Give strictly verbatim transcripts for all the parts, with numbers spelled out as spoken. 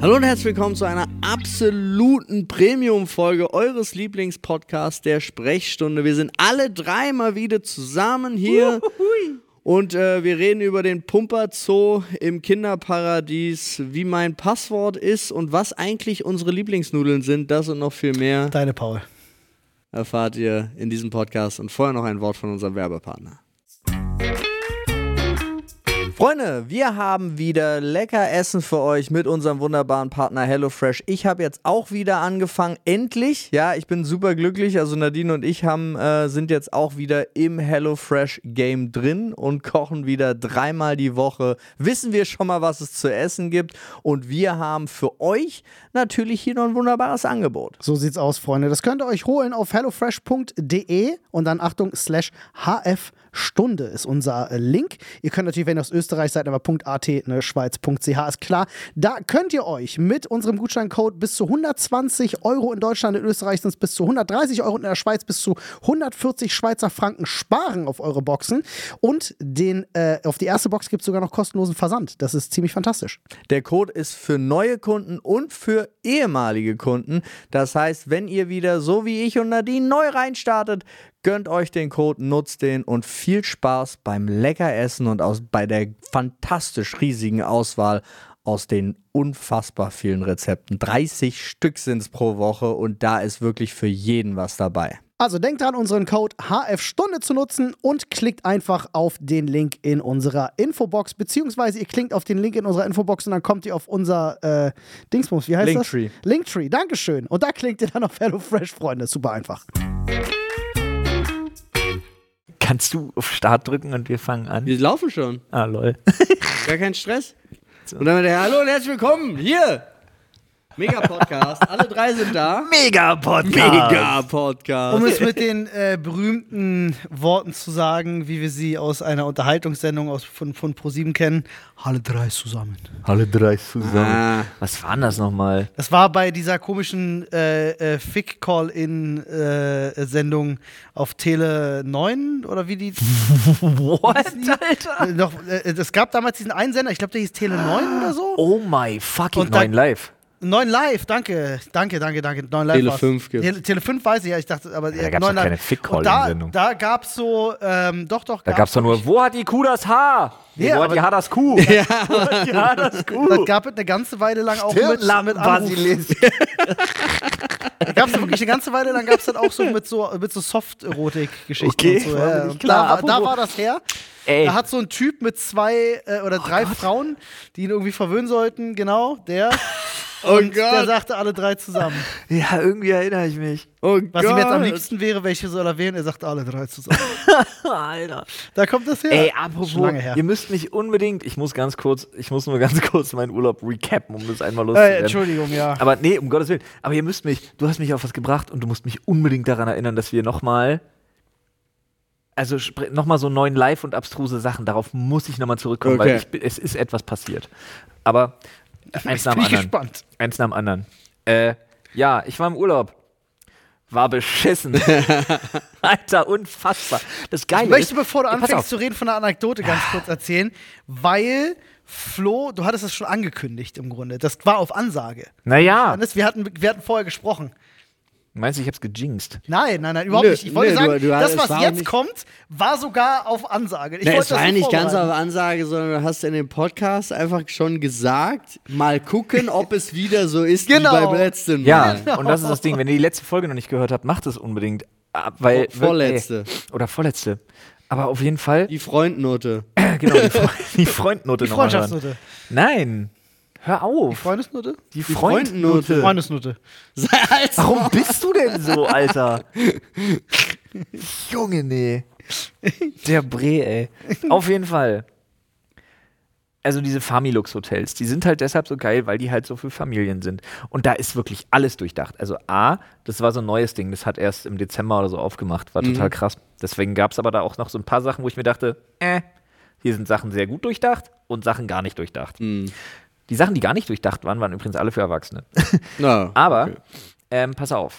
Hallo und herzlich willkommen zu einer absoluten Premium-Folge eures Lieblingspodcasts der Sprechstunde. Wir sind alle drei mal wieder zusammen hier Uhuhui. und äh, wir reden über den Pumper-Zoo im Kinderparadies, wie mein Passwort ist und was eigentlich unsere Lieblingsnudeln sind. Das und noch viel mehr Deine Paul. Erfahrt ihr in diesem Podcast. Und vorher noch ein Wort von unserem Werbepartner. Freunde, wir haben wieder lecker Essen für euch mit unserem wunderbaren Partner HelloFresh. Ich habe jetzt auch wieder angefangen, endlich. Ja, ich bin super glücklich. Also Nadine und ich haben, äh, sind jetzt auch wieder im HelloFresh-Game drin und kochen wieder dreimal die Woche. Wissen wir schon mal, was es zu essen gibt. Und wir haben für euch natürlich hier noch ein wunderbares Angebot. So sieht's aus, Freunde. Das könnt ihr euch holen auf hellofresh punkt de und dann Achtung, slash hfstunde ist unser äh, Link. Ihr könnt natürlich, wenn ihr aus Österreich seid, aber .at, ne, schweiz punkt c h ist klar. Da könnt ihr euch mit unserem Gutscheincode bis zu hundertzwanzig Euro in Deutschland, in Österreich sind es bis zu hundertdreißig Euro und in der Schweiz bis zu hundertvierzig Schweizer Franken sparen auf eure Boxen. Und den, äh, auf die erste Box gibt es sogar noch kostenlosen Versand. Das ist ziemlich fantastisch. Der Code ist für neue Kunden und für ehemalige Kunden. Das heißt, wenn ihr wieder so wie ich und Nadine neu reinstartet, gönnt euch den Code, nutzt den und viel Spaß beim Leckeressen und aus, bei der fantastisch riesigen Auswahl aus den unfassbar vielen Rezepten. dreißig Stück sind es pro Woche und da ist wirklich für jeden was dabei. Also denkt dran, unseren Code H F Stunde zu nutzen und klickt einfach auf den Link in unserer Infobox, beziehungsweise ihr klickt auf den Link in unserer Infobox und dann kommt ihr auf unser äh, Dingsbums, wie heißt Linktree. das? Linktree, Dankeschön. Und da klickt ihr dann auf HelloFresh, Freunde. Super einfach. Kannst du auf Start drücken und wir fangen an? Wir laufen schon. Ah, lol. Gar kein Stress. Und dann der Hallo und herzlich willkommen hier. Mega-Podcast. Alle drei sind da. Mega-Podcast. Mega-Podcast. Um es mit den äh, berühmten Worten zu sagen, wie wir sie aus einer Unterhaltungssendung aus, von, von ProSieben kennen, alle drei zusammen. Alle drei zusammen. Ah. Was war denn das nochmal? Das war bei dieser komischen äh, äh, Fick-Call-In-Sendung äh, auf Tele neun oder wie die. What, Alter? Äh, noch, äh, es gab damals diesen einen Sender, ich glaube, der hieß Tele neun oder so. Oh my fucking Und da- neun Live. neun Live, danke, danke, danke, danke. neun Live Tele war's. fünf gibt's. Tele, Tele fünf weiß ich ja, ich dachte, aber Ja, da äh, gab's neun doch keine Live. Fick-Call-In-Sendung. Und Da, da gab's so, ähm, doch, doch. Da gab's doch nur, wo hat die Kuh das Haar? Nee, Ja, wo hat aber- die Haar das Kuh? Ja. Wo hat die Haar das Kuh? Das gab es eine ganze Weile lang auch mit, mit Anruf. Da gab es wirklich eine ganze Weile lang, gab es dann auch so mit so, mit so Soft-Erotik-Geschichten Okay, und so. war mir Ja. nicht Und klar. Da, war- da Apropos- war das her. Ey. Da hat so ein Typ mit zwei äh, oder drei Frauen, die ihn irgendwie verwöhnen sollten, genau, der. Oh Und der Gott. sagte alle drei zusammen. Ja, irgendwie erinnere ich mich. Oh Was Gott. ihm jetzt am liebsten wäre, welche soll er wählen? Er sagte alle drei zusammen. Alter. Da kommt das her. Ey, Schon apropos, lange her. ihr müsst mich unbedingt, ich muss ganz kurz, ich muss nur ganz kurz meinen Urlaub recappen, um das einmal Äh, loszuwerden. Entschuldigung, ja. Aber nee, um Gottes Willen. Aber ihr müsst mich, du hast mich auf was gebracht und du musst mich unbedingt daran erinnern, dass wir nochmal, also nochmal so neuen Live und abstruse Sachen, darauf muss ich nochmal zurückkommen, Okay. weil ich, bin- es ist etwas passiert. Aber eins nach dem bin ich anderen. gespannt. Eins nach dem anderen. Äh, ja, ich war im Urlaub. War beschissen. Alter, unfassbar. Das Geile Ich möchte, ist, bevor du Ja, pass anfängst auf. zu reden, von der Anekdote ganz kurz erzählen, weil Flo, du hattest das schon angekündigt im Grunde. Das war auf Ansage. Naja, Hannes, Wir hatten, wir hatten vorher gesprochen. meinst du, ich hab's gejinxt? Nein, nein, nein, überhaupt Nö, nicht. Ich wollte nö, sagen, du- du- das, es was war auch jetzt nicht- kommt, war sogar auf Ansage. Ich Na, wollte es war das ja so nicht ganz auf vorbereiten. Ansage, sondern du hast in dem Podcast einfach schon gesagt, mal gucken, ob es wieder so ist Genau. wie beim letzten Mal. Ja, und das ist das Ding. Wenn ihr die letzte Folge noch nicht gehört habt, macht es unbedingt. Ah, Weil, Vor- vorletzte. Ey, oder vorletzte. Aber auf jeden Fall, Die Freundnote. genau, die, Fre die Freundnote Die noch mal hören. Freundschaftsnote. Nein, hör Die auf. Freundesnote? Die Freundnote. Freundesnote. Als Warum bist du denn so, Alter? Junge, nee. Der Bre, ey. Auf jeden Fall. Also diese Familux-Hotels, die sind halt deshalb so geil, weil die halt so für Familien sind. Und da ist wirklich alles durchdacht. Also A, das war so ein neues Ding, das hat erst im Dezember oder so aufgemacht, war total krass. Deswegen gab es aber da auch noch so ein paar Sachen, wo ich mir dachte, äh, hier sind Sachen sehr gut durchdacht und Sachen gar nicht durchdacht. Mhm. Die Sachen, die gar nicht durchdacht waren, waren übrigens alle für Erwachsene. Na, Aber, okay. ähm, pass auf.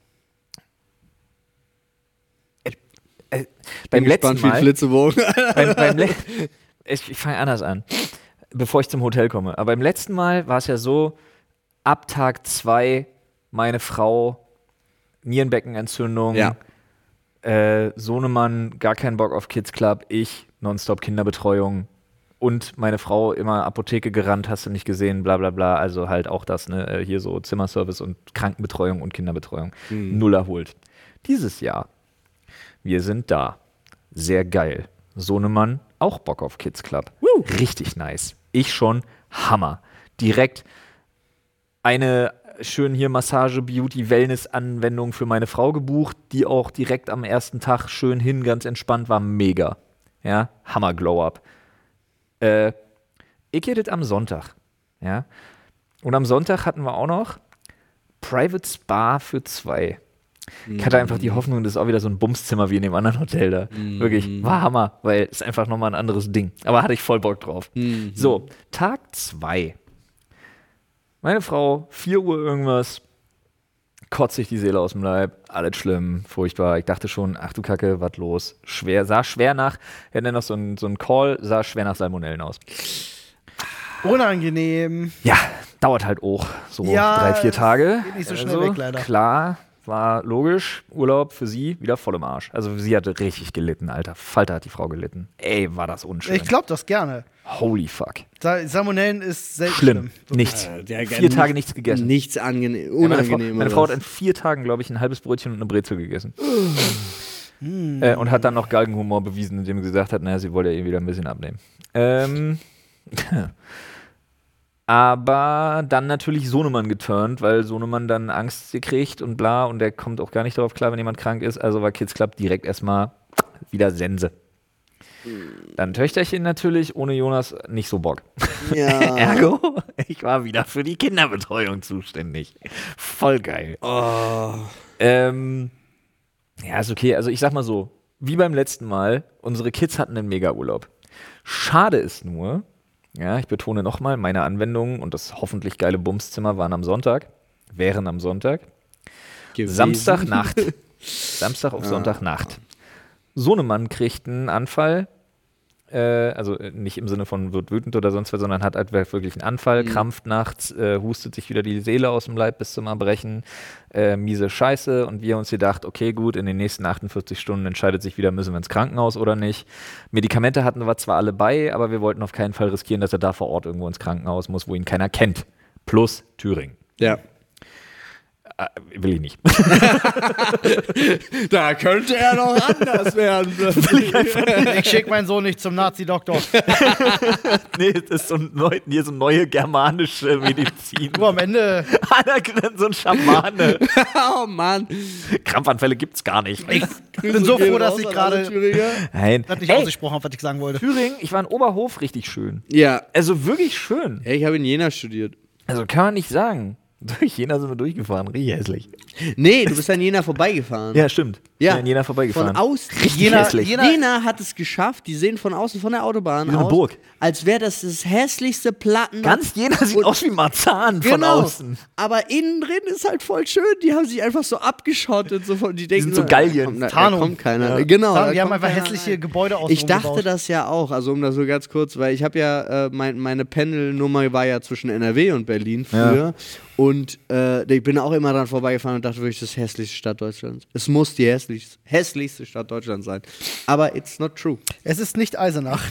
Äh, äh, Bin beim letzten gespannt wie Mal, Flitzebogen. beim, beim Le ich, ich fange anders an, bevor ich zum Hotel komme. Aber beim letzten Mal war es ja so, ab Tag zwei meine Frau Nierenbeckenentzündung, Ja. äh, Sohnemann gar keinen Bock auf Kids Club, ich nonstop Kinderbetreuung und meine Frau immer Apotheke gerannt, hast du nicht gesehen, bla bla bla, also halt auch das, ne, äh, hier so Zimmerservice und Krankenbetreuung und Kinderbetreuung, Mhm. null erholt. Dieses Jahr, wir sind da, sehr geil. Sohnemann, auch Bock auf Kids Club, Woo. richtig nice. Ich schon, Hammer. Direkt eine schön hier Massage, Beauty, Wellness-Anwendung für meine Frau gebucht, die auch direkt am ersten Tag schön hin, ganz entspannt war, mega. Ja, Hammer Glow-Up. Äh, ich geht es am Sonntag. Ja. Und am Sonntag hatten wir auch noch Private Spa für zwei. Ich hatte einfach die Hoffnung, das ist auch wieder so ein Bumszimmer wie in dem anderen Hotel da. Mhm. Wirklich, war Hammer, weil es einfach nochmal ein anderes Ding. Aber hatte ich voll Bock drauf. Mhm. So, Tag zwei. Meine Frau, vier Uhr irgendwas, kotzt sich die Seele aus dem Leib, alles schlimm, furchtbar. Ich dachte schon, ach du Kacke, was los? Schwer, sah schwer nach, wir hatten ja noch so einen so einen Call, sah schwer nach Salmonellen aus. Unangenehm. Ja, dauert halt auch so Ja, drei, vier Tage. geht nicht so schnell weg, leider. Klar, war logisch, Urlaub für sie wieder voll im Arsch. Also sie hatte richtig gelitten, Alter. Falter hat die Frau gelitten. Ey, war das unschön. Ich glaube das gerne. Holy fuck. Sa Salmonellen ist selten Schlimm. schlimm. Nichts. Äh, der- vier Tage nichts gegessen. Nichts angenehm, Ja, meine Frau, unangenehm. meine Frau hat in vier Tagen, glaube ich, ein halbes Brötchen und eine Brezel gegessen. äh, und hat dann noch Galgenhumor bewiesen, indem sie gesagt hat, naja, sie wollte ja eh wieder ein bisschen abnehmen. Ähm, aber dann natürlich Sohnemann geturnt, weil Sohnemann dann Angst gekriegt und bla und der kommt auch gar nicht darauf klar, wenn jemand krank ist. Also war Kids Club direkt erstmal wieder Sense. Dann Töchterchen natürlich, ohne Jonas nicht so Bock. Ja. Ergo, ich war wieder für die Kinderbetreuung zuständig. Voll geil. Oh. Ähm, ja, ist okay. Also ich sag mal so, wie beim letzten Mal, unsere Kids hatten einen Mega-Urlaub. Schade ist nur, ja, ich betone nochmal, meine Anwendungen und das hoffentlich geile Bumszimmer waren am Sonntag, wären am Sonntag. Gewesen. Samstagnacht. Samstag auf Sonntagnacht. Sohnemann kriegt einen Anfall, äh, also nicht im Sinne von wird wütend oder sonst was, sondern hat halt wirklich einen Anfall, krampft nachts, äh, hustet sich wieder die Seele aus dem Leib bis zum Erbrechen, äh, miese Scheiße und wir uns gedacht, okay gut, in den nächsten achtundvierzig Stunden entscheidet sich wieder, müssen wir ins Krankenhaus oder nicht. Medikamente hatten wir zwar alle bei, aber wir wollten auf keinen Fall riskieren, dass er da vor Ort irgendwo ins Krankenhaus muss, wo ihn keiner kennt. Plus Thüringen. Ja. Äh, will ich nicht. Da könnte er noch anders werden. Ich schicke meinen Sohn nicht zum Nazi-Doktor. Nee, das ist so, ein neu, hier so neue germanische Medizin. Nur am Ende. so ein Schamane. Oh Mann. Krampfanfälle gibt's gar nicht. Ich bin so froh, dass ich gerade Nein. das nicht Ey, ausgesprochen habe, was ich sagen wollte. Thüringen, ich war in Oberhof richtig schön. Ja. Also wirklich schön. Hey, ich habe in Jena studiert. Also kann man nicht sagen. Durch Jena sind wir durchgefahren, richtig hässlich. Nee, du bist an Jena vorbeigefahren. Ja, stimmt. Ja. Bin an Jena vorbeigefahren. Von außen. Richtig Jena- hässlich. Jena- Jena hat es geschafft, die sehen von außen, von der Autobahn Wie so eine aus, Burg. als wäre das das hässlichste Platten. Ganz Jena sieht Und- aus wie Marzahn von Genau. außen. Aber innen drin ist halt voll schön. Die haben sich einfach so abgeschottet. So von, die denken sind so nur, Gallien. Da kommt, da, da Tarnung. kommt keiner. Ja. Genau. Sagen, da die haben kommt einfach keiner hässliche rein. Gebäude aus. Ich dachte das ja auch, also um das so ganz kurz, weil ich habe ja, äh, mein, meine Pendelnummer war ja zwischen N R W und Berlin früher. Ja. Und äh, ich bin auch immer dran vorbeigefahren und dachte wirklich, das ist die hässlichste Stadt Deutschlands. Es muss die hässlichste, hässlichste Stadt Deutschlands sein. Aber it's not true. Es ist nicht Eisenach.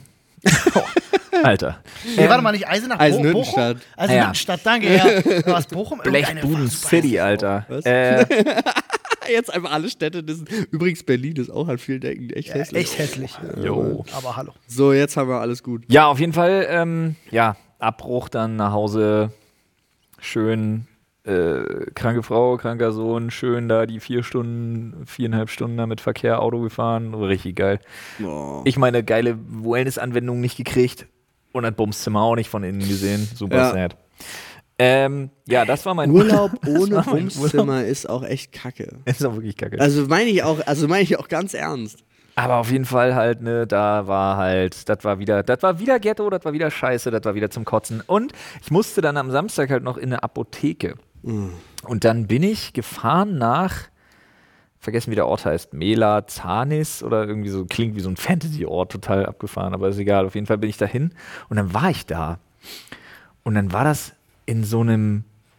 Alter. Nee, warte mal, nicht Eisenach, Bo- Eisenhüttenstadt. Bochum? Eisenhüttenstadt, danke. Ja. Was, Bochum? Irgendeine Blechbuden war super City, hässlich. Alter. Was? Äh, Jetzt einfach alle Städte. Das Übrigens, Berlin ist auch an vielen Denken echt Ja, hässlich. echt hässlich. jo. Aber hallo. So, jetzt haben wir alles gut. Ja, auf jeden Fall, ähm, ja, Abbruch, dann nach Hause, schön, äh, kranke Frau, kranker Sohn, schön da die vier Stunden, viereinhalb Stunden da mit Verkehr, Auto gefahren, richtig geil. Oh. Ich meine, geile Wellness-Anwendung nicht gekriegt und das Bumszimmer auch nicht von innen gesehen, super Ja. sad. Ähm, ja, das war mein Urlaub das ohne war mein Bumszimmer ist auch echt kacke. Ist auch wirklich kacke. Also meine ich auch, also meine ich auch ganz ernst. Aber auf jeden Fall halt, ne, da war halt, das war wieder, das war wieder Ghetto, das war wieder Scheiße, das war wieder zum Kotzen. Und ich musste dann am Samstag halt noch in eine Apotheke. Und dann bin ich gefahren nach, vergessen wie der Ort heißt, Mela Zanis oder irgendwie so, klingt wie so ein Fantasy-Ort, total abgefahren, aber ist egal. Auf jeden Fall bin ich dahin und dann war ich da. Und dann war das in so einem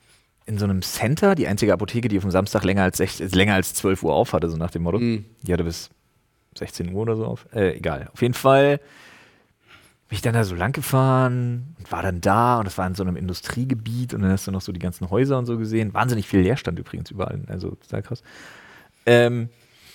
in so einem Center, die einzige Apotheke, die auf dem Samstag länger als, sechzehn, länger als zwölf Uhr auf hatte, so nach dem Motto. Mhm. Die hatte bis sechzehn Uhr oder so auf. Äh, egal. Auf jeden Fall bin ich dann da so lang gefahren und war dann da und das war in so einem Industriegebiet und dann hast du noch so die ganzen Häuser und so gesehen. Wahnsinnig viel Leerstand übrigens überall. Also total krass. Ähm,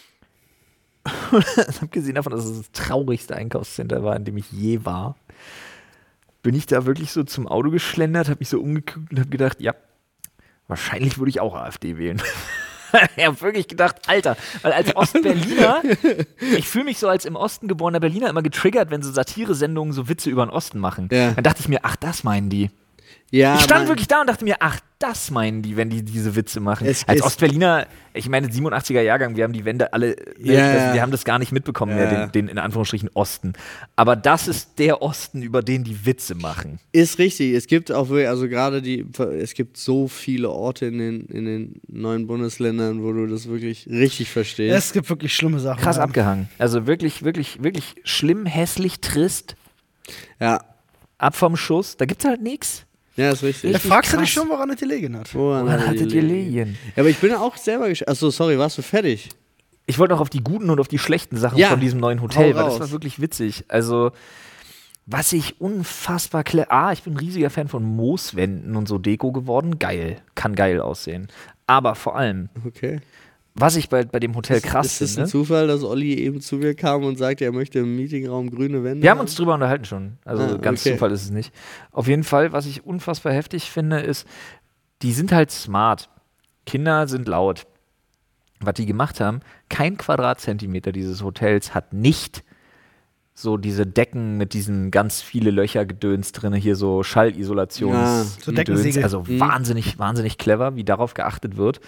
und abgesehen davon, dass es das traurigste Einkaufscenter war, in dem ich je war, bin ich da wirklich so zum Auto geschlendert, habe mich so umgeguckt und habe gedacht, ja, wahrscheinlich würde ich auch AfD wählen. Ich habe wirklich gedacht, Alter, weil als Ostberliner, ich fühle mich so als im Osten geborener Berliner immer getriggert, wenn so Satire-Sendungen so Witze über den Osten machen. Ja. Dann dachte ich mir, ach, das meinen die. Ja, Ich stand man- wirklich da und dachte mir, ach, das meinen die, wenn die diese Witze machen. Es Als ist- Ostberliner, ich meine siebenundachtziger Jahrgang, wir haben die Wende alle, ne, Ja, das, ja. wir haben das gar nicht mitbekommen Ja. mehr, den, den in Anführungsstrichen Osten. Aber das ist der Osten, über den die Witze machen. Ist richtig. Es gibt auch wirklich, also gerade die, es gibt so viele Orte in den, in den neuen Bundesländern, wo du das wirklich richtig verstehst. Es gibt wirklich schlimme Sachen. Krass ja. abgehangen. Also wirklich, wirklich, wirklich schlimm, hässlich, trist, Ja, ab vom Schuss. Da gibt's halt nichts. ja, ist richtig. Da fragst du dich krass. schon, woran es gelegen hat. Woran Woran hat hattet die ihr gelegen? Lehen? Ja, aber ich bin auch selber gespannt. Achso, sorry, warst du fertig? Ich wollte noch auf die guten und auf die schlechten Sachen Ja, von diesem neuen Hotel, hau weil das raus. war wirklich witzig. Also, was ich unfassbar clever. Ah, ich bin ein riesiger Fan von Mooswänden und so Deko geworden. Geil. Kann geil aussehen. Aber vor allem, Okay. was ich bei, bei dem Hotel krass Ist es ein finde. Zufall, dass Olli eben zu mir kam und sagte, er möchte im Meetingraum grüne Wände? Wir haben uns drüber unterhalten schon. Also Ah, ganz okay. Zufall ist es nicht. Auf jeden Fall, was ich unfassbar heftig finde, ist, die sind halt smart. Kinder sind laut. Was die gemacht haben, kein Quadratzentimeter dieses Hotels hat nicht so diese Decken mit diesen ganz viele Löcher Gedöns drin, hier so Schallisolations Ja, so Deckensegel. Also Mhm. wahnsinnig, wahnsinnig clever, wie darauf geachtet wird.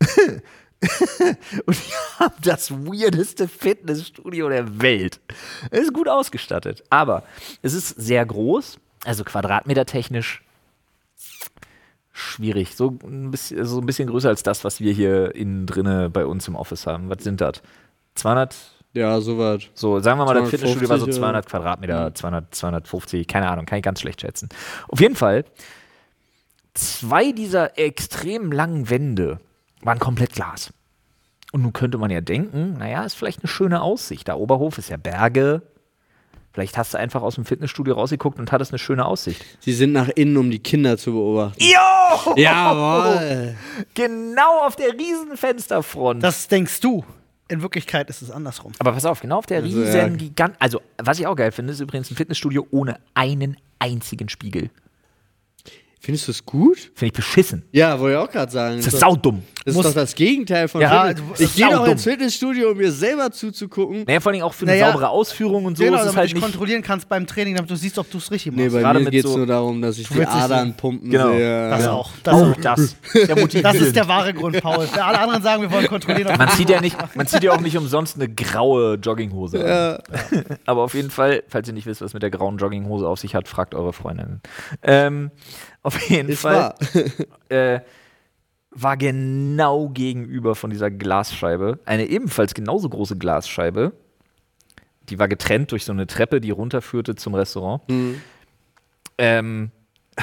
Und die haben das weirdeste Fitnessstudio der Welt. Es ist gut ausgestattet, aber es ist sehr groß, also quadratmetertechnisch schwierig. So ein bisschen, so ein bisschen größer als das, was wir hier innen drinne bei uns im Office haben. Was sind das? zweihundert? Ja, soweit. So, sagen wir mal, das Fitnessstudio war so zweihundertfünfzig, zweihundert Quadratmeter, zweihundert, zweihundertfünfzig, keine Ahnung, kann ich ganz schlecht schätzen. Auf jeden Fall, zwei dieser extrem langen Wände waren komplett Glas. Und nun könnte man ja denken, naja, ist vielleicht eine schöne Aussicht. Der Oberhof ist ja Berge. Vielleicht hast du einfach aus dem Fitnessstudio rausgeguckt und hattest eine schöne Aussicht. Sie sind nach innen, um die Kinder zu beobachten. Jo! Jawohl! Genau auf der riesen Fensterfront. Das denkst du. In Wirklichkeit ist es andersrum. Aber pass auf, genau auf der Also, riesen ja. Gigant. Also, was ich auch geil finde, ist übrigens ein Fitnessstudio ohne einen einzigen Spiegel. Findest du es gut? Finde ich beschissen. Ja, wollte ich auch gerade sagen. Das ist doch- saudumm. Das ist Muss- doch das Gegenteil von Ja, Fitness. du- Ich gehe doch saudumm. ins Fitnessstudio, um mir selber zuzugucken. Naja, vor allem auch für eine Naja, saubere Ausführung und so Genau, ist es damit halt du dich nicht. kontrollieren kannst beim Training, damit du siehst, ob du es richtig Nee, machst. bei Gerade mir mit geht es so- nur darum, dass ich die willst dich Adern so- pumpen Genau. sehe. das Ja. auch. Das, Auch auch. das. Der Das motivierend. ist der wahre Grund, Paul. Alle anderen sagen, wir wollen kontrollieren. ob Man du- zieht ja nicht, man zieht ja auch nicht umsonst eine graue Jogginghose an. Aber auf jeden Fall, falls ihr nicht wisst, was mit der grauen Jogginghose auf sich hat, fragt eure Freundin. Ähm, auf jeden Ist Fall wahr. äh, war genau gegenüber von dieser Glasscheibe eine ebenfalls genauso große Glasscheibe. Die war getrennt durch so eine Treppe, die runterführte zum Restaurant. Mhm. Ähm,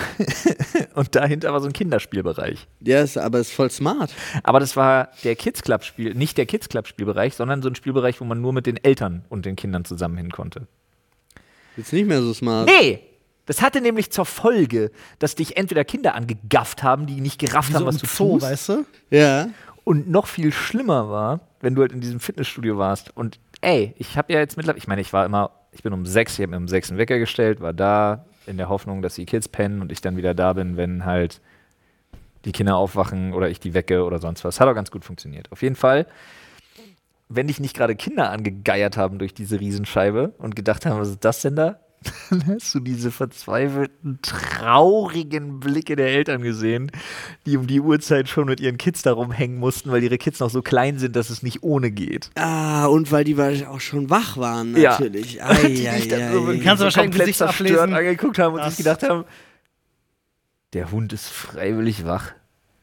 und dahinter war so ein Kinderspielbereich. Ja, ist, aber ist voll smart. Aber das war der Kids Club Spiel, nicht der Kids Club Spielbereich, sondern so ein Spielbereich, wo man nur mit den Eltern und den Kindern zusammen hin konnte. Jetzt nicht mehr so smart. Nee! Das hatte nämlich zur Folge, dass dich entweder Kinder angegafft haben, die nicht gerafft Wie haben, so was im du Zoo, tust. weißt du? Ja. Und noch viel schlimmer war, wenn du halt in diesem Fitnessstudio warst. Und ey, ich habe ja jetzt mittlerweile, ich meine, ich war immer, ich bin um sechs, ich habe mir um sechs einen Wecker gestellt, war da in der Hoffnung, dass die Kids pennen und ich dann wieder da bin, wenn halt die Kinder aufwachen oder ich die wecke oder sonst was. Hat auch ganz gut funktioniert. Auf jeden Fall, wenn dich nicht gerade Kinder angegeiert haben durch diese Riesenscheibe und gedacht haben, was ist das denn da? Dann hast du diese verzweifelten, traurigen Blicke der Eltern gesehen, die um die Uhrzeit schon mit ihren Kids da rumhängen mussten, weil ihre Kids noch so klein sind, dass es nicht ohne geht. Ah, und weil die wahrscheinlich auch schon wach waren, Ja. natürlich. Die Ei, dich ei, dann so ei. wirklich Kannst du so wahrscheinlich im komplett Gesicht zerstört ablesen. angeguckt haben und Das- sich gedacht haben, der Hund ist freiwillig wach.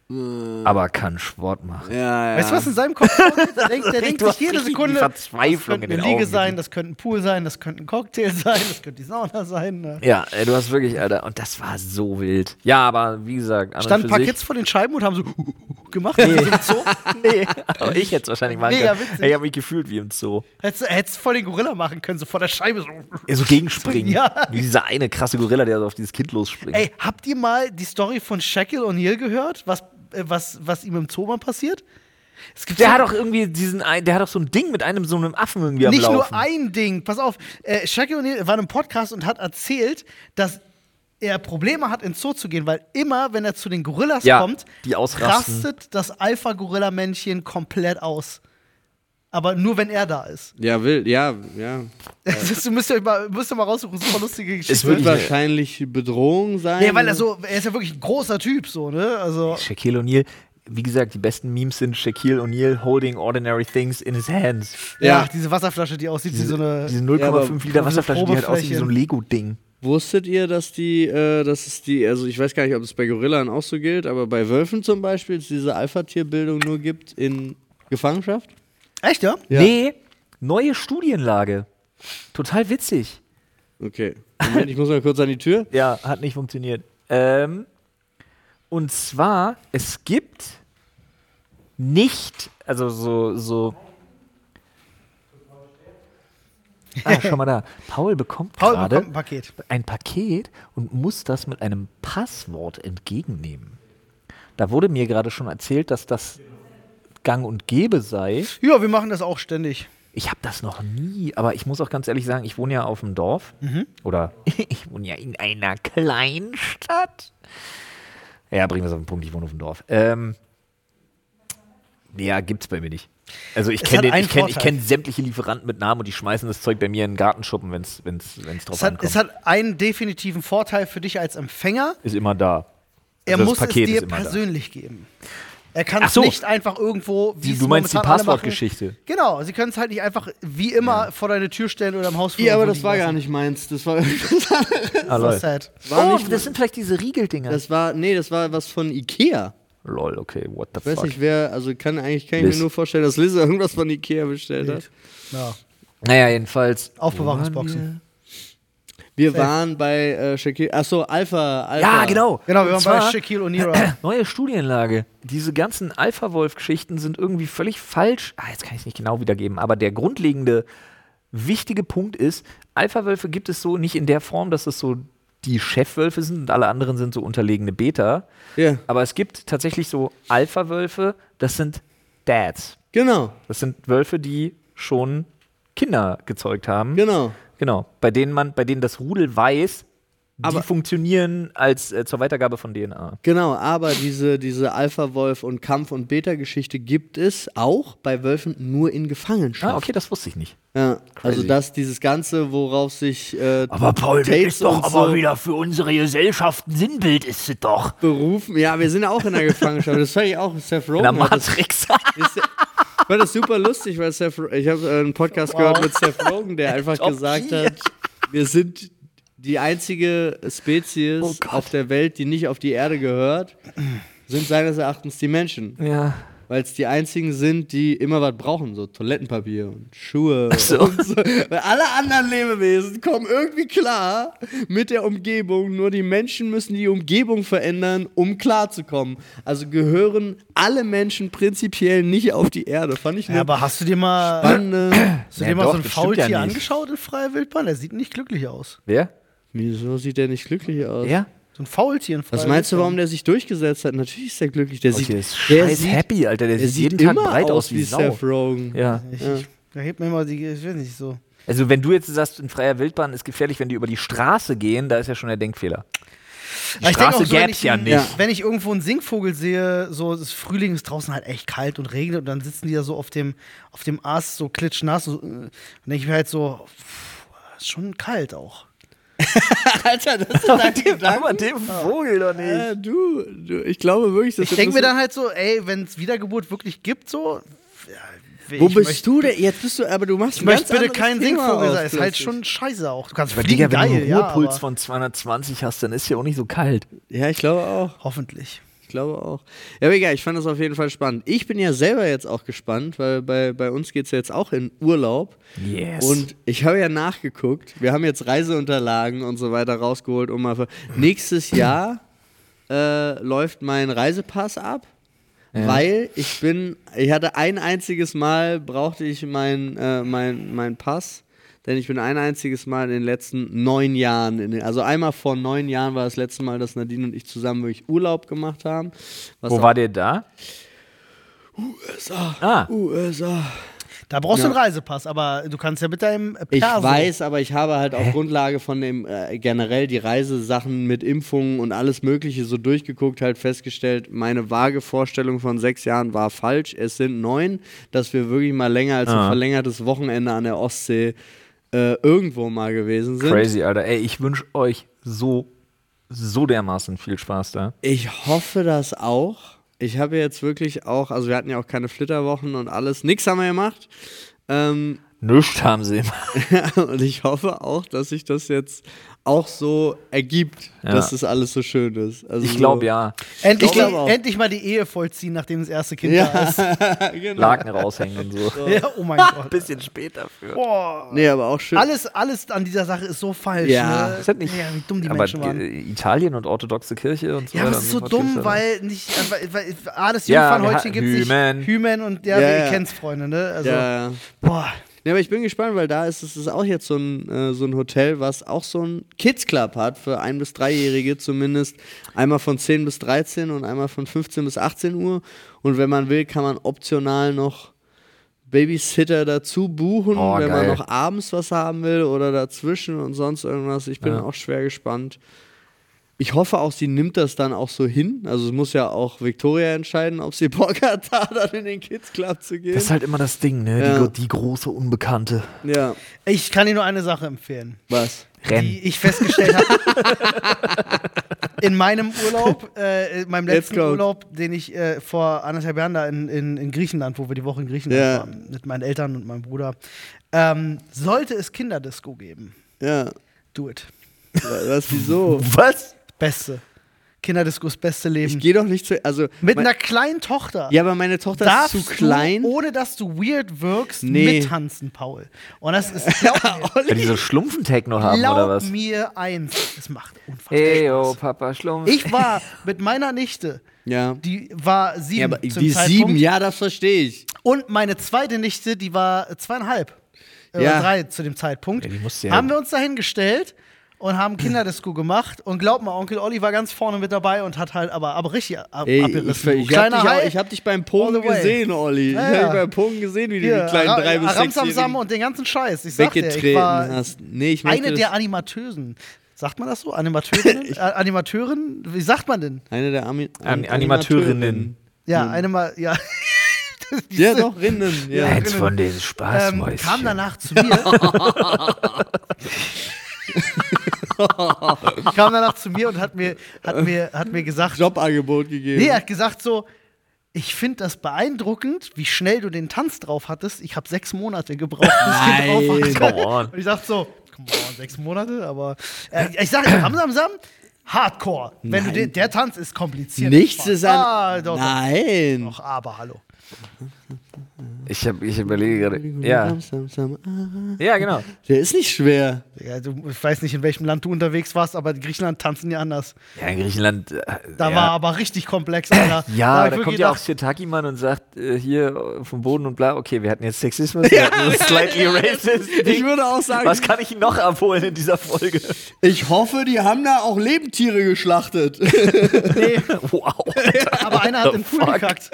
aber kann Sport machen. Ja, ja. Weißt du, was in seinem Kopf vorgeht? Der denkt, der denkt Du sich hast jede richtig Sekunde, die das Verzweiflung könnte in eine den Liege Augen sein, gesehen. das könnte ein Pool sein, das könnte ein Cocktail sein, das könnte die Sauna sein. Ne? Ja, ey, du hast wirklich, Alter, und das war so wild. Ja, aber wie gesagt, an und Standen ein für paar sich- Kids vor den Scheiben und haben so gemacht. Nee. So im Zoo. Nee, aber ich hätte es wahrscheinlich machen Mega können. witzig. Ey, ich habe mich gefühlt wie im Zoo. Hättest du hättest voll den Gorilla machen können, so vor der Scheibe. So. Ja, so gegenspringen. Ja. Wie dieser eine krasse Gorilla, der so auf dieses Kind losspringt. Ey, habt ihr mal die Story von Shaquille O'Neal gehört, was, äh, was, was ihm im Zoo mal passiert? Es gibt Der so hat doch irgendwie diesen, ein- der hat doch so ein Ding mit einem so einem Affen irgendwie am nicht Laufen. nur ein Ding. Pass auf, äh, Shaquille O'Neal war in einem Podcast und hat erzählt, dass er Probleme hat, ins Zoo zu gehen, weil immer, wenn er zu den Gorillas Ja, kommt, die ausrasten. rastet das Alpha-Gorilla-Männchen komplett aus. Aber nur, wenn er da ist. Ja, will, ja, ja. du müsst ja mal, müsst ja mal raussuchen, super lustige Geschichte. Es Wird Wirklich, wahrscheinlich Bedrohung sein. Nee, weil er so, er ist ja wirklich ein großer Typ, so, ne? Also, Shaquille O'Neal, wie gesagt, die besten Memes sind Shaquille O'Neal holding ordinary things in his hands. ja, Ja. diese Wasserflasche, die aussieht wie so eine. Diese null Komma fünf Ja, Liter aber- Wasserflasche, die halt aussieht wie so ein Probefläche. Lego-Ding. Wusstet ihr, dass die, äh, dass es die, also ich weiß gar nicht, ob es bei Gorillen auch so gilt, aber bei Wölfen zum Beispiel es diese Alpha-Tierbildung nur gibt in Gefangenschaft? Echt, ja? Ja. Nee, neue Studienlage. Total witzig. Okay. Moment, ich muss mal kurz an die Tür. Ja, hat nicht funktioniert. Ähm, und zwar, es gibt nicht, also so, so. Ah, schau mal da. Paul bekommt Paul gerade bekommt ein Paket. ein Paket und muss das mit einem Passwort entgegennehmen. Da wurde mir gerade schon erzählt, dass das gang und gäbe sei. Ja, wir machen das auch ständig. Ich habe das noch nie, aber ich muss auch ganz ehrlich sagen, ich wohne ja auf dem Dorf. Oder ich wohne ja in einer Kleinstadt. Ja, bringen wir es auf den Punkt, ich wohne auf dem Dorf. Ähm, ja, gibt's bei mir nicht. Also ich Es kenne hat einen ich kenn, ich Vorteil. kenn sämtliche Lieferanten mit Namen und die schmeißen das Zeug bei mir in den Gartenschuppen, wenn es wenn's, wenn's drauf Es hat, ankommt. es hat einen definitiven Vorteil für dich als Empfänger. Ist immer da. Er Also das muss Paket es dir ist immer da. persönlich geben. Er kann Ach es so. nicht einfach irgendwo, wie Die- es du meinst die momentan alle machen. Passwortgeschichte. Genau, sie können es halt nicht einfach wie immer vor deine Tür stellen oder im Haus Ja, aber irgendwo das war liegen gar lassen. nicht meins. Das war, Ah, Das lol. ist sad. war Oh, nicht, das sind vielleicht diese Riegeldinger. das war, nee, das war was von Ikea. Lol, okay, what the Ich weiß fuck. nicht, wer, also kann eigentlich kann ich Liz. mir nur vorstellen, dass Liz irgendwas von Ikea bestellt hat. Ja. Naja, jedenfalls. Aufbewahrungsboxen. Wir Safe. waren bei äh, Shakir, achso, Alpha, Alpha. Ja, genau. Genau, wir Und waren bei zwar- Shaquille O'Neal. Neue Studienlage. Diese ganzen Alpha-Wolf-Geschichten sind irgendwie völlig falsch. Ah, jetzt kann ich es nicht genau wiedergeben, aber der grundlegende, wichtige Punkt ist, Alpha-Wölfe gibt es so nicht in der Form, dass es so die Chefwölfe sind und alle anderen sind so unterlegene Beta. Ja, Aber es gibt tatsächlich so Alpha-Wölfe, das sind Dads. genau, Das sind Wölfe, die schon Kinder gezeugt haben. genau. Genau. Bei denen man, bei denen das Rudel weiß, Aber- die funktionieren als äh, zur Weitergabe von D N A. Genau, aber diese, diese Alpha-Wolf- und Kampf- und Beta-Geschichte gibt es auch bei Wölfen nur in Gefangenschaft. Ah, okay, das wusste ich nicht. Ja, also Crazy. das, dieses Ganze, worauf sich äh, Aber Paul, das Tates ist doch und aber so wieder für unsere Gesellschaft ein Sinnbild, ist es doch. berufen. Ja, wir sind ja auch in der Gefangenschaft. Das fand ich auch. Seth In der Rogen hat das, Matrix. ist, ich fand das super lustig, weil Seth, ich habe äh, einen Podcast gehört mit Seth Rogen, der einfach Top gesagt vier. hat, wir sind die einzige Spezies Oh Gott. auf der Welt, die nicht auf die Erde gehört, sind seines Erachtens die Menschen. Ja. Weil es die einzigen sind, die immer was brauchen, so Toilettenpapier und Schuhe so. und so. Weil alle anderen Lebewesen kommen irgendwie klar mit der Umgebung, nur die Menschen müssen die Umgebung verändern, um klarzukommen. Also gehören alle Menschen prinzipiell nicht auf die Erde. Fand ich Ja, eine aber hast du dir mal, spannende... hast du Ja, dir mal doch, so ein das stimmt Faultier ja nicht. angeschaut in freier Wildbahn? Der sieht nicht glücklich aus. Wer? Wieso sieht der nicht glücklich aus? Ja? So ein Faultier in freier Was meinst du, warum Wildbahn. der sich durchgesetzt hat? Natürlich ist der glücklich. Der sieht, Der ist der scheiß sieht, happy, Alter. Der, der sieht sieht jeden Tag immer breit aus aus wie wie Sau. Seth Rogen. Ja. Ich, Ja. ich, da hebt mir immer die, ich weiß nicht so. Also wenn du jetzt sagst, in freier Wildbahn ist gefährlich, wenn die über die Straße gehen, da ist ja schon der Denkfehler. Die Aber ich denk Straße auch so, wenn gäb's ich, ja einen- nicht. Ja. Wenn ich irgendwo einen Singvogel sehe, so es ist Frühling, ist draußen halt echt kalt und regnet und dann sitzen die da so auf dem, auf dem Ast, so klitschnass. So, äh, dann denke ich mir halt so, pff, ist schon kalt auch. Alter, das sind deine Gedanken. Aber dem Vogel doch nicht. Äh, du, du, ich glaube wirklich, dass Ich denke mir dann halt so, ey, wenn es Wiedergeburt wirklich gibt, so. Ja, Wo ich bist möcht- du denn? Jetzt bist du, aber du machst Ich ein möchte ganz bitte anderes kein Thema Singvogel aus sein. Ist halt plötzlich. schon scheiße auch. Du kannst Aber fliegen, Digga, wenn geil, du einen ja, Ruhepuls aber von zweihundertzwanzig hast, dann ist ja auch nicht so kalt. Ja, ich glaube auch. hoffentlich. Ich glaube auch. Ja, aber egal, ich fand das auf jeden Fall spannend. Ich bin ja selber jetzt auch gespannt, weil bei, bei uns geht es ja jetzt auch in Urlaub. Yes. Und ich habe ja nachgeguckt, wir haben jetzt Reiseunterlagen und so weiter rausgeholt, um mal für nächstes Jahr äh, läuft mein Reisepass ab. Ja. Weil ich bin, ich hatte ein einziges Mal, brauchte ich meinen äh, mein, mein Pass, denn ich bin ein einziges Mal in den letzten neun Jahren, in den, also einmal vor neun Jahren war das letzte Mal, dass Nadine und ich zusammen wirklich Urlaub gemacht haben. Wo war der da? U S A. Ah. U S A. Da brauchst Ja. du einen Reisepass, aber du kannst ja mit deinem Perso. Ich weiß, aber ich habe halt auf Grundlage von dem äh, generell die Reisesachen mit Impfungen und alles Mögliche so durchgeguckt, halt festgestellt, meine vage Vorstellung von sechs Jahren war falsch. Es sind neun, dass wir wirklich mal länger als Ah. ein verlängertes Wochenende an der Ostsee äh, irgendwo mal gewesen sind. Crazy, Alter. Ey, ich wünsche euch so, so dermaßen viel Spaß da. Ich hoffe das auch. Ich habe jetzt wirklich auch, also wir hatten ja auch keine Flitterwochen und alles, nix haben wir gemacht. Ähm, Nichts haben sie immer. und ich hoffe auch, dass sich das jetzt auch so ergibt, Ja. dass das alles so schön ist. Also Ich so, glaube ja. Endlich, Ich glaub die, auch. endlich mal die Ehe vollziehen, nachdem das erste Kind Ja, da ist. genau. Laken raushängen und so. Ja, oh mein Gott. Bisschen später für. Boah. Nee, aber auch schön. Alles, alles an dieser Sache ist so falsch. Ja. Ne? Ist das nicht- Ja, wie dumm die Aber Menschen waren. äh, Italien und orthodoxe Kirche und so Ja, aber weiter es ist so und fort gibt's dumm, ja noch. weil nicht, äh, weil, weil A, das Ja, Jungfernhäutchen wir gibt sich Hymen. Hymen und ja, Ja, ihr ja. kennt's, Freunde, ne? Also, ja. boah. Ja, aber ich bin gespannt, weil da ist es ist auch jetzt so ein, äh, so ein Hotel, was auch so ein Kids Club hat für ein- bis dreijährige zumindest. Einmal von zehn bis dreizehn und einmal von fünfzehn bis achtzehn Uhr. Und wenn man will, kann man optional noch Babysitter dazu buchen, Oh, wenn geil. man noch abends was haben will oder dazwischen und sonst irgendwas. Ich bin Ja. auch schwer gespannt. Ich hoffe auch, sie nimmt das dann auch so hin. Also es muss ja auch Victoria entscheiden, ob sie Bock hat, da dann in den Kids Club zu gehen. Das ist halt immer das Ding, ne? Ja. Die, gro- die große Unbekannte. ja, Ich kann dir nur eine Sache empfehlen, was? Rennen. die ich festgestellt habe. In meinem Urlaub, äh, in meinem Let's letzten go. Urlaub, den ich äh, vor anderthalb Jahren da in, in, in Griechenland, wo wir die Woche in Griechenland Ja. waren, mit meinen Eltern und meinem Bruder, ähm, sollte es Kinderdisco geben. Ja. Do it. Was, wieso? Was? Beste. Kinderdiscos beste Leben. Ich gehe doch nicht zu. Also, Mit mein- einer kleinen Tochter. ja, aber meine Tochter darfst ist zu klein. Du, ohne dass du weird wirkst, Nee. mittanzen, Paul. Und das ist, glaub mir, Wenn die so Schlumpfentechno haben glaub oder was? mir eins, es macht unfassbar Ey, yo, Spaß. Papa Schlumpf. Ich war mit meiner Nichte, Ja. die war sieben Ja, aber zum die Zeitpunkt. sieben, ja, das verstehe ich. Und meine zweite Nichte, die war zweieinhalb. Äh, Ja. Oder drei zu dem Zeitpunkt. Ja, die musste ja- haben wir uns dahingestellt und haben Kinderdisco gemacht. Und glaub mal, Onkel Olli war ganz vorne mit dabei und hat halt aber, aber richtig ab, Ey, ich, abgerissen. ich, ich Kleiner habe dich, auch- Hai. ich hab dich beim All Pogen the way. gesehen, Olli. Ja, ich ja. habe dich beim Pogen gesehen, wie du Hier, die kleinen Ara- drei bis Aramsamsam sechsjährigen und den ganzen Scheiß. Ich sag dir, ich weggetreten war hast. Nee, ich möchte eine das, der Animateusen. Sagt man das so? Animateurin? äh, Animateurin? Wie sagt man denn? eine der Ami An- An- Animateurinnen. Ja, Hm. eine mal, ja. Ja, doch, Rinnen. Ja. Eins von den Ähm, Spaßmäuschen. kam danach zu mir. kam danach zu mir und hat mir, hat mir, hat mir gesagt, Jobangebot gegeben. nee, er hat gesagt so, ich finde das beeindruckend, wie schnell du den Tanz drauf hattest. Ich habe sechs Monate gebraucht, bis ich den drauf hatte. Come on. Und ich dachte so, come on, sechs Monate, aber äh, ich sage, Ramsamsam, Hardcore. Wenn du den, der Tanz ist kompliziert. Nichts ist an. Ah, doch, Nein. doch, aber hallo. Ich, hab, ich überlege gerade. Ja. Ja, genau. Der ist nicht schwer. Ja, du, ich weiß nicht, in welchem Land du unterwegs warst, aber die Griechenland tanzen ja anders. Ja, in Griechenland. Äh, Da ja. war aber richtig komplex, Alter. Ja, hab ich da wirklich kommt ja auch gedacht, Sirtaki-Mann und sagt, äh, hier äh, vom Boden und bla, okay, wir hatten jetzt Sexismus, wir hatten so slightly racist. Ich würde auch sagen, Was kann ich noch abholen in dieser Folge? ich hoffe, die haben da auch Lebendtiere geschlachtet. nee, Wow. aber einer hat The den Pool fuck? gekackt.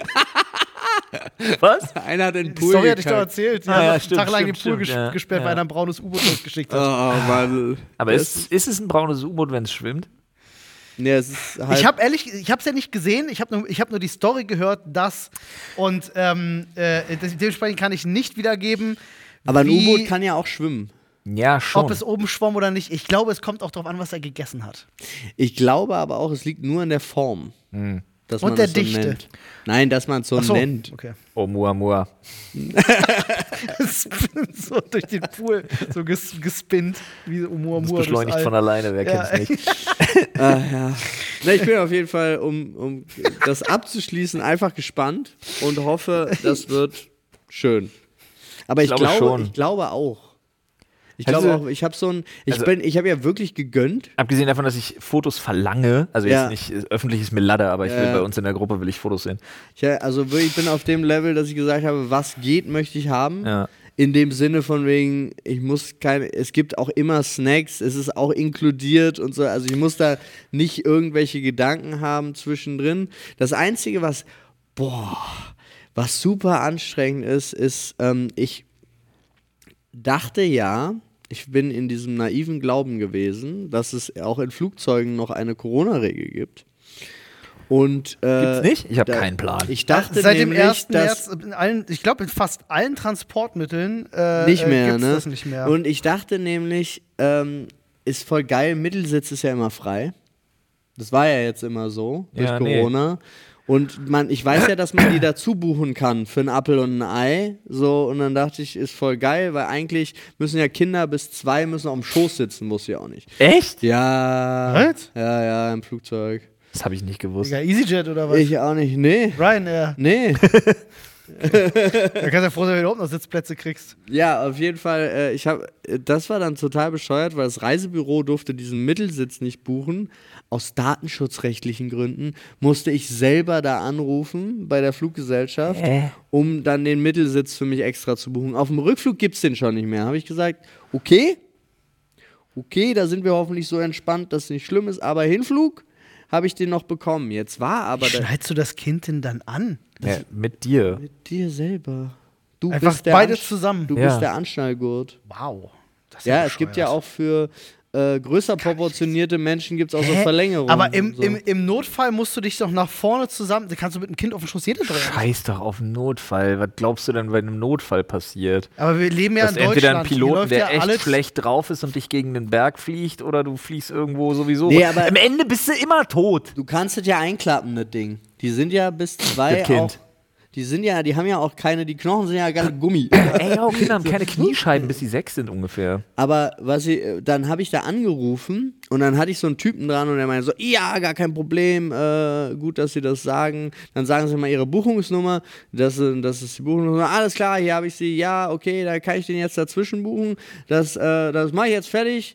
Was? Einer hat den Die Pool Story hatte ich doch gekackt. erzählt. Die Ah, haben ja, einen stimmt, Tag lang stimmt, den Pool stimmt, ges ja, gesperrt, ja. weil er ein braunes U-Boot losgeschickt Oh, hat. Mann. Aber Das- ist, ist es ein braunes U-Boot, wenn es schwimmt? Nee, es ist halt Ich habe ehrlich, ich habe es ja nicht gesehen. Ich habe nur, ich hab nur die Story gehört, dass und ähm, äh, das- dementsprechend kann ich nicht wiedergeben. aber ein wie- U-Boot kann ja auch schwimmen. Ja, schon. Ob es oben schwamm oder nicht. Ich glaube, es kommt auch darauf an, was er gegessen hat. Ich glaube aber auch, es liegt nur an der Form. Hm. Dass Und man der es so Dichte. nennt. Nein, dass man es so, Ach so, nennt. okay. Oumuamua. So durch den Pool, so ges gespinnt, wie Das Oumuamua. beschleunigt durchs von All. alleine, wer Ja. kennt's nicht. Ah, ja. Na, ich bin auf jeden Fall, um, um das abzuschließen, einfach gespannt und hoffe, das wird schön. Aber ich, Ich glaube glaube, schon. ich glaube auch. Ich Also- glaube auch, ich habe so ein, ich also- bin, ich habe ja wirklich gegönnt. Abgesehen davon, dass ich Fotos verlange, also jetzt Ja. nicht äh, öffentlich ist mir Ladder, aber ich will Ja. bei uns in der Gruppe will ich Fotos sehen. Ich, also wirklich, ich bin auf dem Level, dass ich gesagt habe, was geht, möchte ich haben. Ja. In dem Sinne von wegen, ich muss keine, es gibt auch immer Snacks, es ist auch inkludiert und so, also ich muss da nicht irgendwelche Gedanken haben zwischendrin. Das Einzige, was, boah, was super anstrengend ist, ist, ähm, ich dachte ja, ich bin in diesem naiven Glauben gewesen, dass es auch in Flugzeugen noch eine Corona-Regel gibt. Und, äh, Gibt's nicht? Ich habe da- keinen Plan. Ich dachte Seit dem nämlich, ersten dass März, in allen, ich glaube, in fast allen Transportmitteln äh, nicht mehr, äh, gibt's ne? das nicht mehr. Und ich dachte nämlich, ähm, ist voll geil, Mittelsitz ist ja immer frei. Das war ja jetzt immer so durch Ja, nee. Corona. Und man, ich weiß ja, dass man die dazu buchen kann für einen Apfel und ein Ei. So, und dann dachte ich, ist voll geil, weil eigentlich müssen ja Kinder bis zwei müssen auf dem Schoß sitzen, muss ja auch nicht. Echt? Ja. Was? Ja, ja, im Flugzeug. Das habe ich nicht gewusst. Digga, EasyJet oder was? Ich auch nicht. Nee. Ryanair. Nee. Da kannst du ja froh sein, wenn du überhaupt noch Sitzplätze kriegst. Ja, auf jeden Fall. Äh, ich hab, äh, das war dann total bescheuert, weil das Reisebüro durfte diesen Mittelsitz nicht buchen. Aus datenschutzrechtlichen Gründen musste ich selber da anrufen bei der Fluggesellschaft, Hä? um dann den Mittelsitz für mich extra zu buchen. Auf dem Rückflug gibt es den schon nicht mehr. Habe ich gesagt, okay, okay, da sind wir hoffentlich so entspannt, dass es nicht schlimm ist, aber Hinflug habe ich den noch bekommen. Jetzt war aber Wie der, schneidest du das Kind denn dann an? Ja, mit dir. mit dir selber. Du Einfach bist der beides Ansch- zusammen. Du Ja. bist der Anschnallgurt. Wow. Das ist Ja, es bescheuert. gibt ja auch für äh, größer proportionierte Menschen gibt es auch so Hä? Verlängerungen. Aber im, und so. im, im Notfall musst du dich doch nach vorne zusammen. Da kannst du mit dem Kind auf dem Schoß jede drehen. Scheiß doch auf einen Notfall. Was glaubst du denn, wenn einem Notfall passiert? Aber wir leben ja Dass in Deutschland. entweder ein Hier Piloten, läuft der ja echt alles. schlecht drauf ist und dich gegen den Berg fliegt, oder du fliegst irgendwo sowieso. Nee, aber- Am Ende bist du immer tot. Du kannst es ja einklappen, das Ding. Die sind ja bis zwei Das Kind. auch. Die sind ja, die haben ja auch keine, die Knochen sind ja ganz Gummi. Ey, ja, Kinder haben keine Kniescheiben, bis sie sechs sind ungefähr. Aber was ich, äh, dann habe ich da angerufen und dann hatte ich so einen Typen dran und der meinte so, ja, gar kein Problem, äh, gut, dass Sie das sagen. Dann sagen Sie mal Ihre Buchungsnummer, das, äh, das ist die Buchungsnummer. Alles klar, hier habe ich sie, ja, okay, da kann ich den jetzt dazwischen buchen. Das, äh, das mache ich jetzt fertig.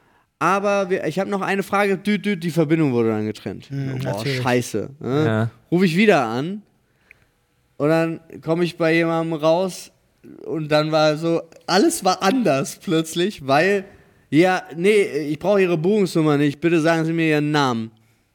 Aber wir, ich habe noch eine Frage, düt, düt, die Verbindung wurde dann getrennt. Hm, Boah, natürlich. scheiße. Ne? Ja. Rufe ich wieder an und dann komme ich bei jemandem raus und dann war so, alles war anders plötzlich, weil, ja, nee, ich brauche Ihre Buchungsnummer nicht, bitte sagen Sie mir Ihren Namen.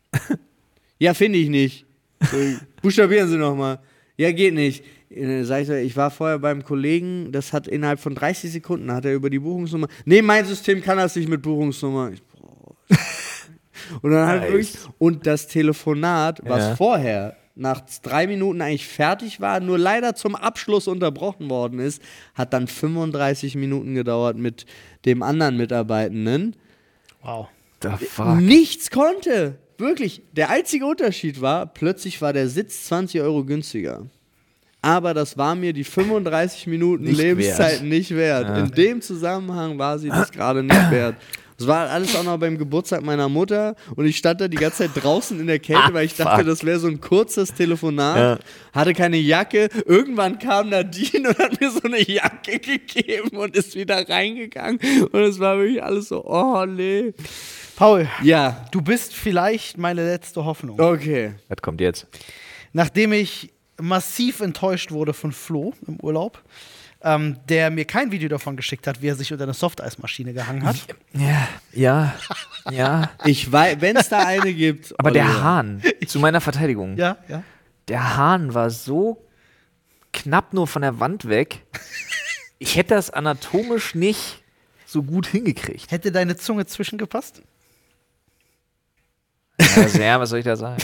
Ja, finde ich nicht. So, buchstabieren Sie nochmal. Ja, geht nicht. Äh, Sag ich, so, ich war vorher beim Kollegen, das hat innerhalb von dreißig Sekunden, hat er über die Buchungsnummer, nee, mein System kann das nicht mit Buchungsnummer. Ich, boah. Und dann halt Nice. wirklich, und das Telefonat, was Ja. vorher nach drei Minuten eigentlich fertig war, nur leider zum Abschluss unterbrochen worden ist, hat dann fünfunddreißig Minuten gedauert mit dem anderen Mitarbeitenden. Wow. The fuck? Nichts konnte. Wirklich. Der einzige Unterschied war, plötzlich war der Sitz zwanzig Euro günstiger. Aber das war mir die fünfunddreißig Minuten Nicht Lebenszeit wert. nicht wert. Ja. In dem Zusammenhang war sie das gerade nicht wert. Das war alles auch noch beim Geburtstag meiner Mutter und ich stand da die ganze Zeit draußen in der Kälte, Ah, weil ich dachte, fuck. das wäre so ein kurzes Telefonat. Ja. Hatte keine Jacke. Irgendwann kam Nadine und hat mir so eine Jacke gegeben und ist wieder reingegangen. Und es war wirklich alles so, oh nee. Paul, Ja, du bist vielleicht meine letzte Hoffnung. okay. Was kommt jetzt? Nachdem ich massiv enttäuscht wurde von Flo im Urlaub, ähm, der mir kein Video davon geschickt hat, wie er sich unter eine Softeismaschine gehangen hat. Ja, ja, ja. Ich weiß, wenn es da eine gibt. Aber der Oliver. Hahn, zu meiner Verteidigung, Ja, ja. der Hahn war so knapp nur von der Wand weg. Ich hätte das anatomisch nicht so gut hingekriegt. Hätte deine Zunge zwischengepasst? Ja, sehr, was soll ich da sagen?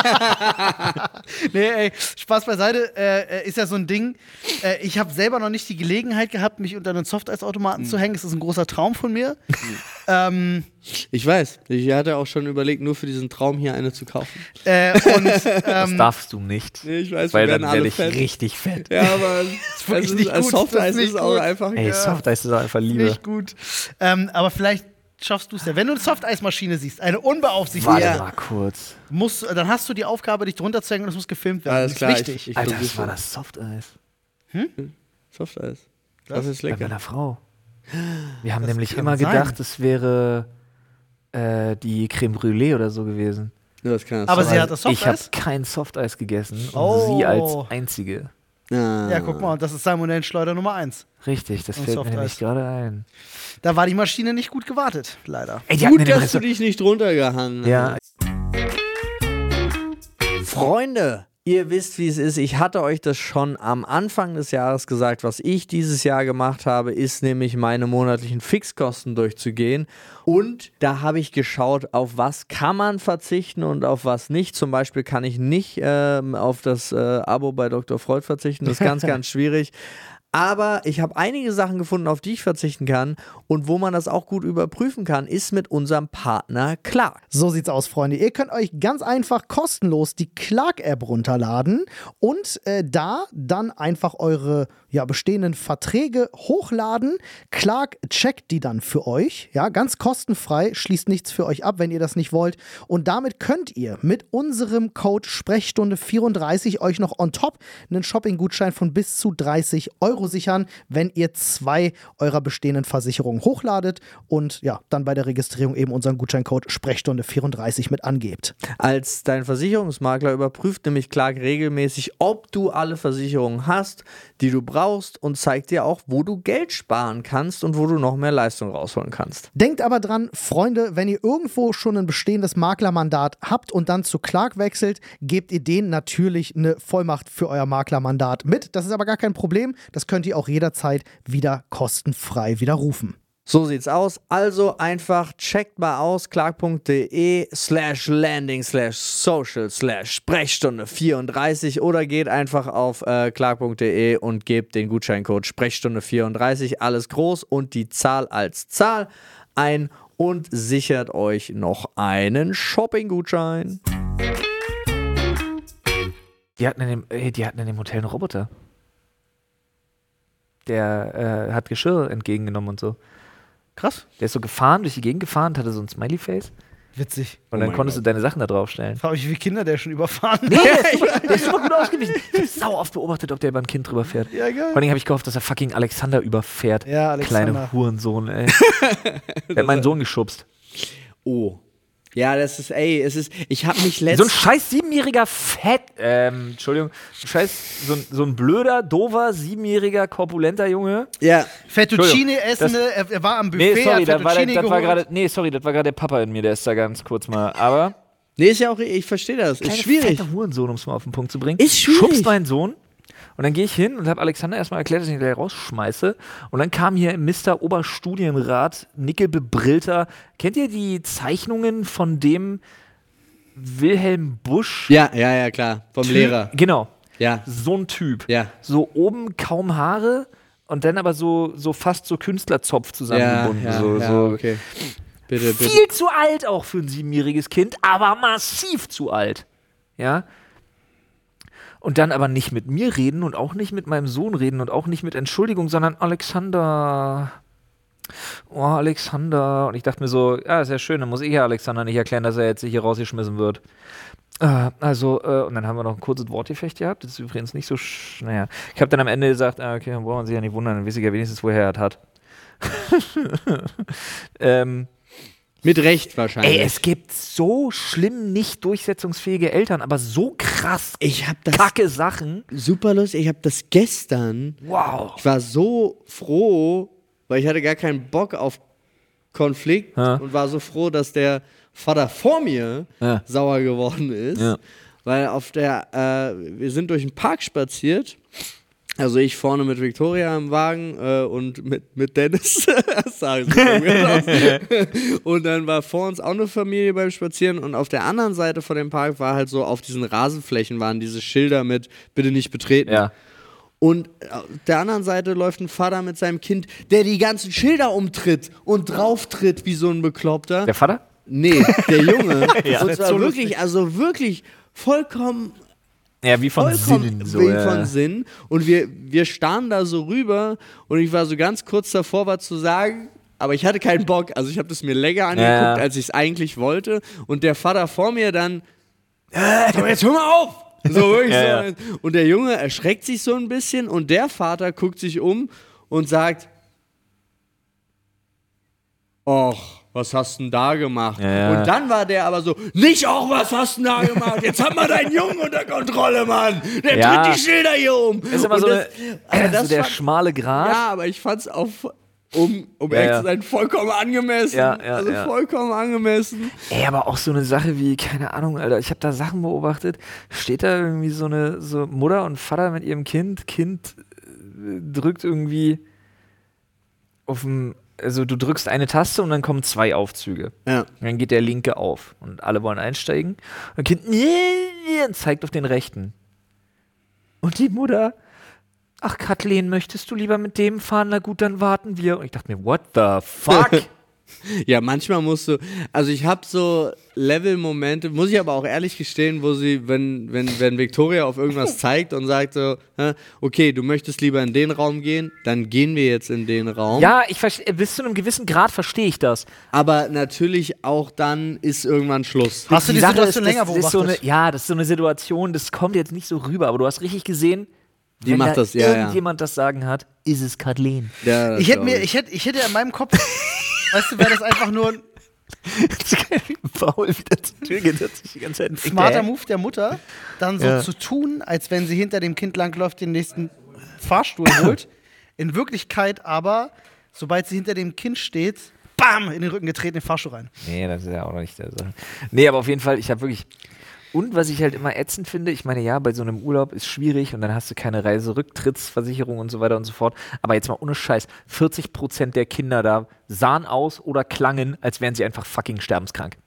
Nee, ey, Spaß beiseite, äh, ist ja so ein Ding. Äh, ich habe selber noch nicht die Gelegenheit gehabt, mich unter einen Softeisautomaten Mhm. zu hängen. Das ist ein großer Traum von mir. ähm, Ich weiß. Ich hatte auch schon überlegt, nur für diesen Traum hier eine zu kaufen. äh, und Das ähm, darfst du nicht. Nee, ich weiß, Weil wir dann werden werde alle ich fett. richtig fett. Ja, aber wirklich es ist, nicht als gut, Softeis das ist nicht ist auch gut. einfach. Ey, Ja. Softeis ist einfach Liebe. nicht gut. Ähm, aber vielleicht schaffst du es ja. Wenn du eine Softeismaschine siehst, eine unbeaufsichtigte, Warte Ja. mal kurz. musst, dann hast du die Aufgabe, dich drunter zu hängen und es muss gefilmt werden. Alles das klar, ist wichtig. ich, ich Alter, versuch's was war mal. das Softeis? Softeis. Was? Das ist Bei lecker. meiner Frau. Wir haben Das nämlich kann immer sein. gedacht, es wäre äh, die Creme Brûlée oder so gewesen. Ja, das kann das Aber sein. sie hat das Ich habe Softeis? kein Softeis gegessen und Oh. sie als einzige. Ah. Ja, guck mal, und das ist Salmonellenschleuder Nummer eins. Richtig, das Und fällt mir Softeis. nämlich gerade ein. Da war die Maschine nicht gut gewartet, leider. Ey, die hatten in Gut, dem dass du Restaurant- dich nicht runtergehangen Ja, hast. Freunde, ihr wisst, wie es ist. Ich hatte euch das schon am Anfang des Jahres gesagt. Was ich dieses Jahr gemacht habe, ist nämlich meine monatlichen Fixkosten durchzugehen. Und da habe ich geschaut, auf was kann man verzichten und auf was nicht. Zum Beispiel kann ich nicht ähm, auf das äh, Abo bei Doktor Freud verzichten. Das ist ganz, ganz schwierig. Aber ich habe einige Sachen gefunden, auf die ich verzichten kann. Und wo man das auch gut überprüfen kann, ist mit unserem Partner Clark. So sieht's aus, Freunde. Ihr könnt euch ganz einfach kostenlos die Clark-App runterladen und äh, da dann einfach eure ja, bestehenden Verträge hochladen. Clark checkt die dann für euch, ja, ganz kostenfrei, schließt nichts für euch ab, wenn ihr das nicht wollt. Und damit könnt ihr mit unserem Code Sprechstunde vierunddreißig euch noch on top einen Shopping-Gutschein von bis zu dreißig Euro sichern, wenn ihr zwei eurer bestehenden Versicherungen hochladet und ja, dann bei der Registrierung eben unseren Gutscheincode Sprechstunde vierunddreißig mit angebt. Als dein Versicherungsmakler überprüft nämlich Clark regelmäßig, ob du alle Versicherungen hast, die du brauchst, und zeigt dir auch, wo du Geld sparen kannst und wo du noch mehr Leistung rausholen kannst. Denkt aber dran, Freunde, wenn ihr irgendwo schon ein bestehendes Maklermandat habt und dann zu Clark wechselt, gebt ihr denen natürlich eine Vollmacht für euer Maklermandat mit. Das ist aber gar kein Problem. Das könnt ihr auch jederzeit wieder kostenfrei widerrufen. So sieht's aus. Also einfach checkt mal aus clark.de slash landing slash social slash Sprechstunde vierunddreißig oder geht einfach auf äh, clark.de und gebt den Gutscheincode Sprechstunde vierunddreißig, alles groß und die Zahl als Zahl ein und sichert euch noch einen Shopping-Gutschein. Die hatten in dem, ey, die hatten in dem Hotel einen Roboter. Der äh, hat Geschirr entgegengenommen und so. Krass. Der ist so gefahren, durch die Gegend gefahren, hatte so ein Smiley-Face. Witzig. Und Oh dann mein konntest Gott. du deine Sachen da draufstellen. Frage ich, wie viele Kinder der schon überfahren Nee, der ist super, der ist super gut ausgewichen. Ich hab sau oft beobachtet, ob der über ein Kind drüber fährt. Ja, geil. Vor allem habe ich gehofft, dass er fucking Alexander überfährt. Ja, Alexander. Kleine Hurensohn, ey. Der hat meinen Sohn geschubst. Oh. Ja, das ist, ey, es ist, ich habe mich So ein letztens... scheiß siebenjähriger Fett, ähm, Entschuldigung, scheiß, so ein, so ein blöder, dover, siebenjähriger, korpulenter Junge. Ja, Fettuccine Entschuldigung, essende, er, er war am Buffet, Nee, sorry, hat das war, der, Fettuccine das war geholt. gerade, nee, sorry, das war gerade der Papa in mir, der ist da ganz kurz mal, aber nee, ist ja auch, ich verstehe das, ist kleine, schwierig. fetter Hurensohn, um es mal auf den Punkt zu bringen. Ist schwierig. Schubst meinen Sohn und dann gehe ich hin und habe Alexander erstmal erklärt, dass ich ihn gleich rausschmeiße und dann kam hier Mister Oberstudienrat, nickelbebrillter, kennt ihr die Zeichnungen von dem Wilhelm Busch? Ja, ja, ja, klar, vom Typ? Lehrer. Genau. Ja, So ein Typ. ja. So oben kaum Haare und dann aber so, so fast so Künstlerzopf Ja, zusammengebunden. ja, so, ja, so. okay. Bitte, bitte. Viel zu alt auch für ein siebenjähriges Kind, aber massiv zu alt. Ja. Und dann aber nicht mit mir reden und auch nicht mit meinem Sohn reden und auch nicht mit Entschuldigung, sondern Alexander. Oh, Alexander. Und ich dachte mir so, ja, ist ja schön, dann muss ich ja Alexander nicht erklären, dass er jetzt hier rausgeschmissen wird. Äh, also, äh, und dann haben wir noch ein kurzes Wortgefecht gehabt. Das ist übrigens nicht so, sch naja. Ich habe dann am Ende gesagt, ah, okay, dann braucht man sich ja nicht wundern, dann weiß ich ja wenigstens, woher er das hat. ähm, Mit Recht wahrscheinlich. ey, es gibt so schlimm nicht durchsetzungsfähige Eltern, aber so krass ich habe das kacke Sachen. super lustig, ich habe das gestern, Wow. ich war so froh, weil ich hatte gar keinen Bock auf Konflikt Ja. und war so froh, dass der Vater vor mir Ja. sauer geworden ist, Ja. weil auf der, äh, wir sind durch den Park spaziert Also ich vorne mit Victoria im Wagen äh, und mit, mit Dennis. Das sah super weird aus. Und dann war vor uns auch eine Familie beim Spazieren und auf der anderen Seite von dem Park war halt so, auf diesen Rasenflächen waren diese Schilder mit bitte nicht betreten. Ja. Und auf der anderen Seite läuft ein Vater mit seinem Kind, der die ganzen Schilder umtritt und drauftritt wie so ein Bekloppter. Der Vater? Nee, der Junge. Ja. Und zwar So wirklich, lustig. also wirklich vollkommen Ja, wie von vollkommen Sinnen. So, wie ja. von Sinn. Und wir, wir starren da so rüber und ich war so ganz kurz davor, was zu sagen, aber ich hatte keinen Bock. Also ich habe das mir länger angeguckt, Ja. als ich es eigentlich wollte. Und der Vater vor mir dann, äh, jetzt hör mal auf! So wirklich Ja, so. ja. Und der Junge erschreckt sich so ein bisschen und der Vater guckt sich um und sagt, Och, was hast du denn da gemacht? Ja, ja. Und dann war der aber so, nicht auch, was hast du denn da gemacht? Jetzt haben wir deinen Jungen unter Kontrolle, Mann. Der Ja. tritt die Schilder hier um. Das ist immer Und so, das, eine, aber das so der fand, schmale Grat. ja, aber ich fand's auf, um, um Ja, ehrlich ja. zu sein, vollkommen angemessen. Ja, ja, also ja. vollkommen angemessen. Ey, aber auch so eine Sache wie, keine Ahnung, Alter, ich habe da Sachen beobachtet, steht da irgendwie so eine so Mutter und Vater mit ihrem Kind, Kind äh, drückt irgendwie auf dem, also du drückst eine Taste und dann kommen zwei Aufzüge. Ja. Und dann geht der linke auf und alle wollen einsteigen. Und das Kind nee, nee, und zeigt auf den rechten. Und die Mutter, ach Kathleen, möchtest du lieber mit dem fahren? Na gut, dann warten wir. Und ich dachte mir, what the fuck? Ja, manchmal musst du, also ich habe so Level-Momente, muss ich aber auch ehrlich gestehen, wo sie, wenn, wenn, wenn Victoria auf irgendwas zeigt und sagt so, hä, okay, du möchtest lieber in den Raum gehen, dann gehen wir jetzt in den Raum. Ja, ich verste- bis zu einem gewissen Grad verstehe ich das. Aber natürlich auch dann ist irgendwann Schluss. Hast du die Sache Situation ist, länger das ist so eine, beobachtet? ja, das ist so eine Situation, das kommt jetzt nicht so rüber, aber du hast richtig gesehen, Die wenn macht da das, ja, ja. irgendjemand das Sagen hat, ist es Kathleen. Ja, das Ich hätte glaub mir, ich hätte, ich hätte in meinem Kopf, weißt du, wäre das einfach nur ein Das ist geil, wie Paul wieder zur Tür geht, hat sich die ganze Zeit smarter Move der Mutter, dann so Ja. zu tun, als wenn sie hinter dem Kind langläuft, den nächsten Fahrstuhl holt. In Wirklichkeit aber, sobald sie hinter dem Kind steht, bam, in den Rücken getreten, in den Fahrstuhl rein. Nee, das ist ja auch noch nicht der Sache. Nee, aber auf jeden Fall, ich habe wirklich. Und was ich halt immer ätzend finde, ich meine, ja, bei so einem Urlaub ist schwierig und dann hast du keine Reiserücktrittsversicherung und so weiter und so fort. Aber jetzt mal ohne Scheiß, vierzig Prozent der Kinder da sahen aus oder klangen, als wären sie einfach fucking sterbenskrank.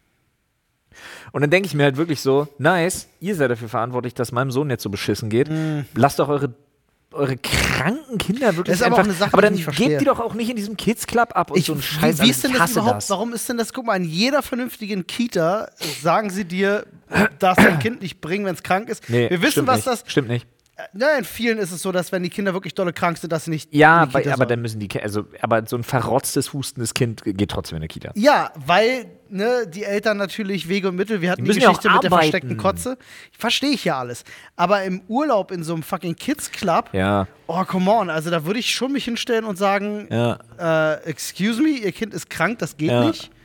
Und dann denke ich mir halt wirklich so, nice, ihr seid dafür verantwortlich, dass meinem Sohn jetzt so beschissen geht. Lasst doch eure, eure kranken Kinder wirklich Das ist aber einfach, auch eine Sache, aber die dann ich nicht verstehe. gebt die doch auch nicht in diesem Kids Club ab und Ich, so einen Scheiß. wie, wie ist denn ich das hasse überhaupt? das. Warum ist denn das? Guck mal, in jeder vernünftigen Kita sagen sie dir, darfst dein Kind nicht bringen, wenn es krank ist. Nee, Wir wissen, stimmt was nicht. das. Stimmt nicht. Ja, in vielen ist es so, dass wenn die Kinder wirklich dolle krank sind, dass sie nicht. Ja, in die weil, Kita aber sollen. dann müssen die, Ki- also, aber so ein verrotztes, hustendes Kind geht trotzdem in der Kita. Ja, weil ne, die Eltern natürlich Wege und Mittel, wir hatten Die die, müssen ja auch Geschichte mit der arbeiten. versteckten Kotze. Verstehe ich ja alles. Aber im Urlaub in so einem fucking Kids Club, Ja, oh come on, also da würde ich schon mich hinstellen und sagen, ja. äh, excuse me, ihr Kind ist krank, das geht Ja. nicht.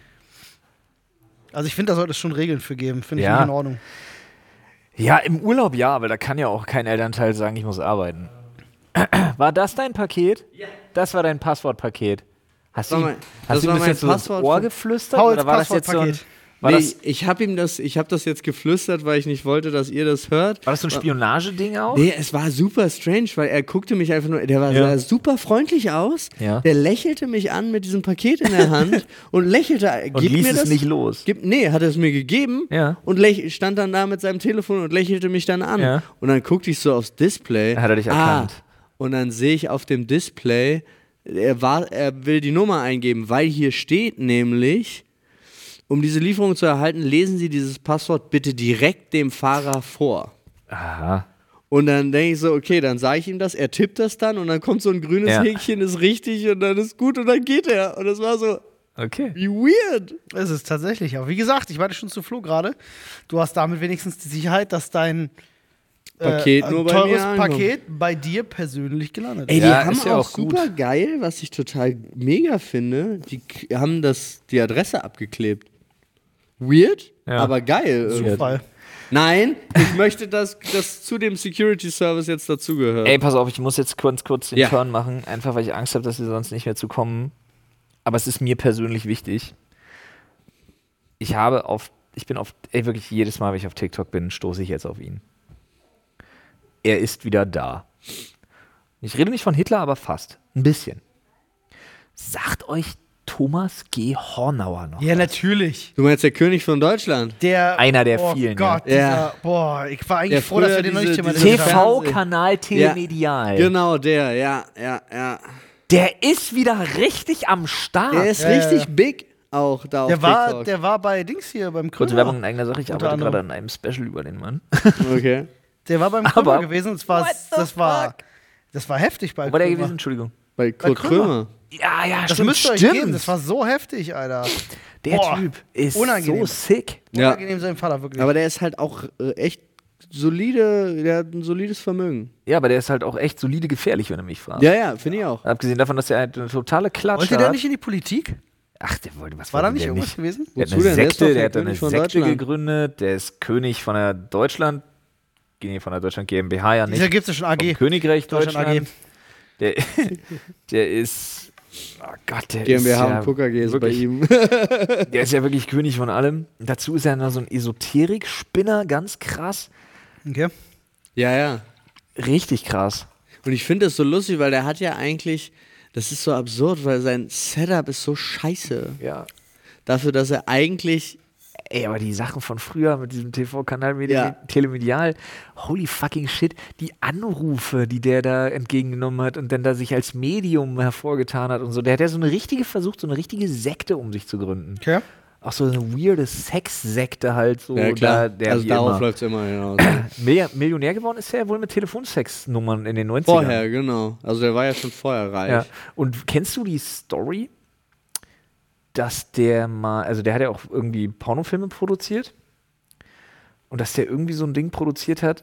Also ich finde, da sollte es schon Regeln für geben, finde ich Ja. nicht in Ordnung. Ja, im Urlaub ja, aber da kann ja auch kein Elternteil sagen, ich muss arbeiten. War das dein Paket? Ja. Das war dein Passwortpaket. Hast du Das ihm, war mein- hast das du ihm war das mein jetzt so ins Passwort Ohr für- geflüstert? Pauls Oder war das jetzt so ein, Passwortpaket. war, Nee, das, ich habe ihm das, ich habe das jetzt geflüstert, weil ich nicht wollte, dass ihr das hört. war das so ein Spionageding auch? Nee, es war super strange, weil er guckte mich einfach nur, der war Ja. sah super freundlich aus, Ja. der lächelte mich an mit diesem Paket in der Hand und lächelte, Und gib ließ mir es das, nicht los. Gib, nee, hat er es mir gegeben Ja. und läch- stand dann da mit seinem Telefon und lächelte mich dann an. Ja. Und dann guckte ich so aufs Display. Hat er dich erkannt. Ah, und dann sehe ich auf dem Display, er, war, er will die Nummer eingeben, weil hier steht nämlich, um diese Lieferung zu erhalten, lesen Sie dieses Passwort bitte direkt dem Fahrer vor. Aha. Und dann denke ich so, okay, dann sage ich ihm das, er tippt das dann und dann kommt so ein grünes Ja. Häkchen, ist richtig und dann ist gut und dann geht er. Und das war so, Okay. wie weird. Es ist tatsächlich auch. Wie gesagt, ich meinte schon zu Flo gerade, du hast damit wenigstens die Sicherheit, dass dein Paket äh, nur bei teures mir ankommt. Paket bei dir persönlich gelandet Ey, ist. die Ja, haben ist ja auch, auch gut. super geil, was ich total mega finde, die k- haben das, die Adresse abgeklebt. Weird, Ja. aber geil. irgendwie. Zufall. Nein, ich möchte, dass das zu dem Security Service jetzt dazugehört. Ey, pass auf, ich muss jetzt kurz, kurz den Ja. Turn machen, einfach weil ich Angst habe, dass wir sonst nicht mehr zu kommen. Aber es ist mir persönlich wichtig. Ich habe auf, ich bin auf, ey, wirklich jedes Mal, wenn ich auf TikTok bin, stoße ich jetzt auf ihn. Er ist wieder da. Ich rede nicht von Hitler, aber fast. Ein bisschen. Sagt euch Thomas G. Hornauer noch? Ja, natürlich. Du meinst der König von Deutschland? Der, Einer der oh vielen, Gott, ja. dieser, Ja. Boah, ich war eigentlich Ja, froh, dass wir früher den noch nicht diese- diese thematisiert haben. T V-Kanal Telemedial. Genau, der, ja, ja, ja. Der ist wieder richtig am Start. Der ist Ja, ja, richtig ja. big auch da auf Der war, TikTok. der war bei Dings hier, beim Kurze Krömer. Werbung in eigener Sache. Ich Unter arbeite anderem. gerade an einem Special über den Mann. Okay. Der war beim Aber- Krömer gewesen. Und zwar, What the das war, fuck? das war heftig bei Wo war der Krömer. gewesen? Entschuldigung. Bei Kurt Krömer. Krömer. Ja, ja, Das stimmt. müsst ihr euch stimmt. geben. Das war so heftig, Alter. Der Boah, Typ ist unangenehm. so sick. Ja. Unangenehm sein Vater, wirklich. Aber der ist halt auch äh, echt solide, der hat ein solides Vermögen. Ja, aber der ist halt auch echt solide gefährlich, wenn du mich fragst. Ja, ja, finde ich auch. Abgesehen davon, dass er halt eine totale Klatsche Wollte der hat. nicht in die Politik? Ach, der wollte was War da wollte nicht der irgendwas gewesen? Der hat Wozu eine denn? Der ist doch Sekte, der der hat eine König von Sekte Deutschland. gegründet, der ist König von der Deutschland, nee, von der Deutschland GmbH ja nicht. Dieser gibt es ja schon A G. Vom Königreich Deutschland Deutschland. A G. Der, der ist, oh Gott, der GmbH ist ja und Pucker G ist bei wirklich, ihm. der ist ja wirklich König von allem. Dazu ist er noch so ein Esoterik-Spinner, ganz krass. Okay. Ja, ja. Richtig krass. Und ich finde das so lustig, weil der hat ja eigentlich, das ist so absurd, weil sein Setup ist so scheiße. Ja. Dafür, dass er eigentlich, Ey, aber die Sachen von früher mit diesem T V-Kanal Medi Ja. Telemedial, holy fucking shit, die Anrufe, die der da entgegengenommen hat und dann da sich als Medium hervorgetan hat und so, der hat ja so eine richtige versucht, so eine richtige Sekte um sich zu gründen. Okay. Auch so eine weirde Sex-Sekte halt so. ja klar, Da, der also wie darauf immer. läuft es immer hinaus. Milli- Millionär geworden ist er ja wohl mit Telefonsex-Nummern in den neunzigern. Vorher, genau. Also der war ja schon vorher reich. Ja. Und kennst du die Story, dass der mal, also der hat ja auch irgendwie Pornofilme produziert und dass der irgendwie so ein Ding produziert hat,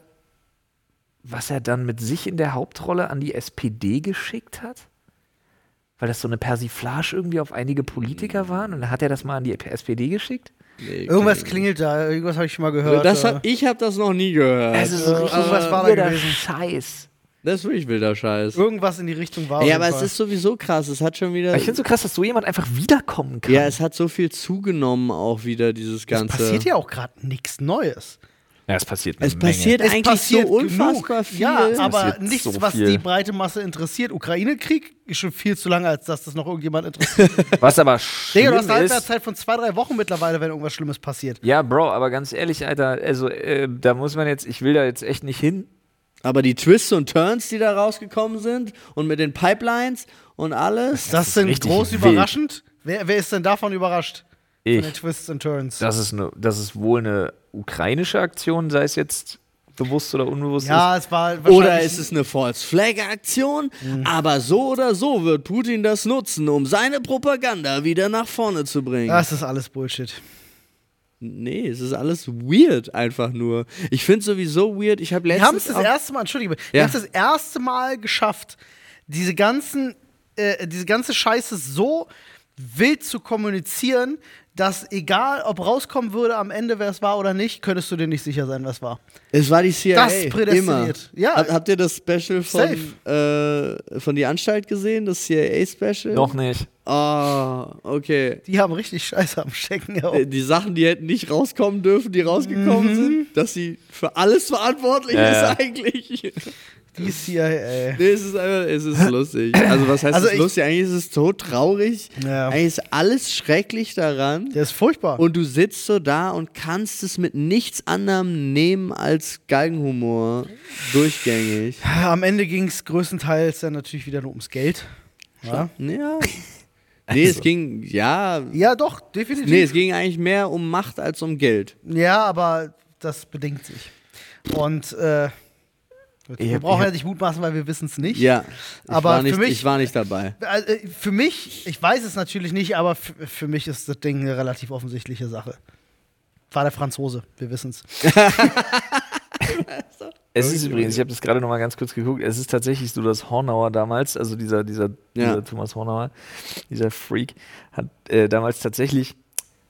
was er dann mit sich in der Hauptrolle an die S P D geschickt hat? Weil das so eine Persiflage irgendwie auf einige Politiker waren und dann hat er das mal an die S P D geschickt? Nee, Irgendwas kenn klingelt da, irgendwas habe ich schon mal ich nicht. gehört. Das äh, hab, ich habe das noch nie gehört. Also so äh, richtig irgendwas war da weirder gewesen. Scheiß. Das ist wirklich wilder Scheiß. irgendwas in die Richtung war. auf Ja, jeden aber es Fall. ist sowieso krass. Es hat schon wieder. Aber ich finde so krass, dass so jemand einfach wiederkommen kann. ja, es hat so viel zugenommen, auch wieder, dieses Es Ganze. passiert ja auch gerade nichts Neues. Ja, es passiert Es passiert Es eigentlich passiert so unfassbar genug. viel. Ja, aber passiert nichts, so was viel. die breite Masse interessiert. Ukraine-Krieg ist schon viel zu lange, als dass das noch irgendjemand interessiert. Was aber Digga, schlimm du hast eine ist, Halbwertszeit von zwei, drei Wochen mittlerweile, wenn irgendwas Schlimmes passiert. ja, Bro, aber ganz ehrlich, Alter, also äh, da muss man jetzt, ich will da jetzt echt nicht hin. Aber die Twists und Turns, die da rausgekommen sind und mit den Pipelines und alles. Ist das, ist denn richtig groß wild. überraschend? Wer, wer ist denn davon überrascht? Von den Ich. Twists and Turns. Das ist, ne, das ist wohl eine ukrainische Aktion, sei es jetzt bewusst oder unbewusst. Ja, es war wahrscheinlich. Oder ist es eine False-Flag-Aktion? Aber so oder so wird Putin das nutzen, um seine Propaganda wieder nach vorne zu bringen. Das ist alles Bullshit. Nee, es ist alles weird einfach nur. Ich finde sowieso weird. Ich habe Wir haben es letztens das auch- erste Mal, Entschuldige, wir Ja. haben es das erste Mal geschafft, diese ganzen, äh, diese ganze Scheiße so wild zu kommunizieren, dass egal, ob rauskommen würde am Ende, wer es war oder nicht, könntest du dir nicht sicher sein, wer es war. Es war die C I A. Das prädestiniert. Immer. Ja. Hab, habt ihr das Special von, äh, von Die Anstalt gesehen? Das C I A-Special? Noch nicht. Oh, okay. Die haben richtig Scheiße am Stecken. Ja. Äh, Die Sachen, die hätten nicht rauskommen dürfen, die rausgekommen sind, dass sie für alles verantwortlich Ja, ja. ist eigentlich. Die C I A. Nee, es ist einfach, es ist lustig. Also was heißt Also es ich- lustig? Eigentlich ist es so traurig. Ja. Eigentlich ist alles schrecklich daran. Der ist furchtbar. Und du sitzt so da und kannst es mit nichts anderem nehmen als Galgenhumor. Durchgängig. Am Ende ging es größtenteils dann natürlich wieder nur ums Geld. Ja, Ja. Nee, es ging, ja. ja doch, definitiv. Nee, es ging eigentlich mehr um Macht als um Geld. Ja, aber das bedingt sich. Und äh, wir hab- brauchen ich ja hab- nicht mutmaßen, weil wir wissen es nicht. Ja. Ich Aber war nicht, für mich- ich war nicht dabei. Also, äh, für mich, ich weiß es natürlich nicht, aber f- für mich ist das Ding eine relativ offensichtliche Sache. War der Franzose, wir wissen es. Es ist übrigens, ich habe das gerade noch mal ganz kurz geguckt, es ist tatsächlich so, dass Hornauer damals, also dieser, dieser, Ja. dieser Thomas Hornauer, dieser Freak, hat äh, damals tatsächlich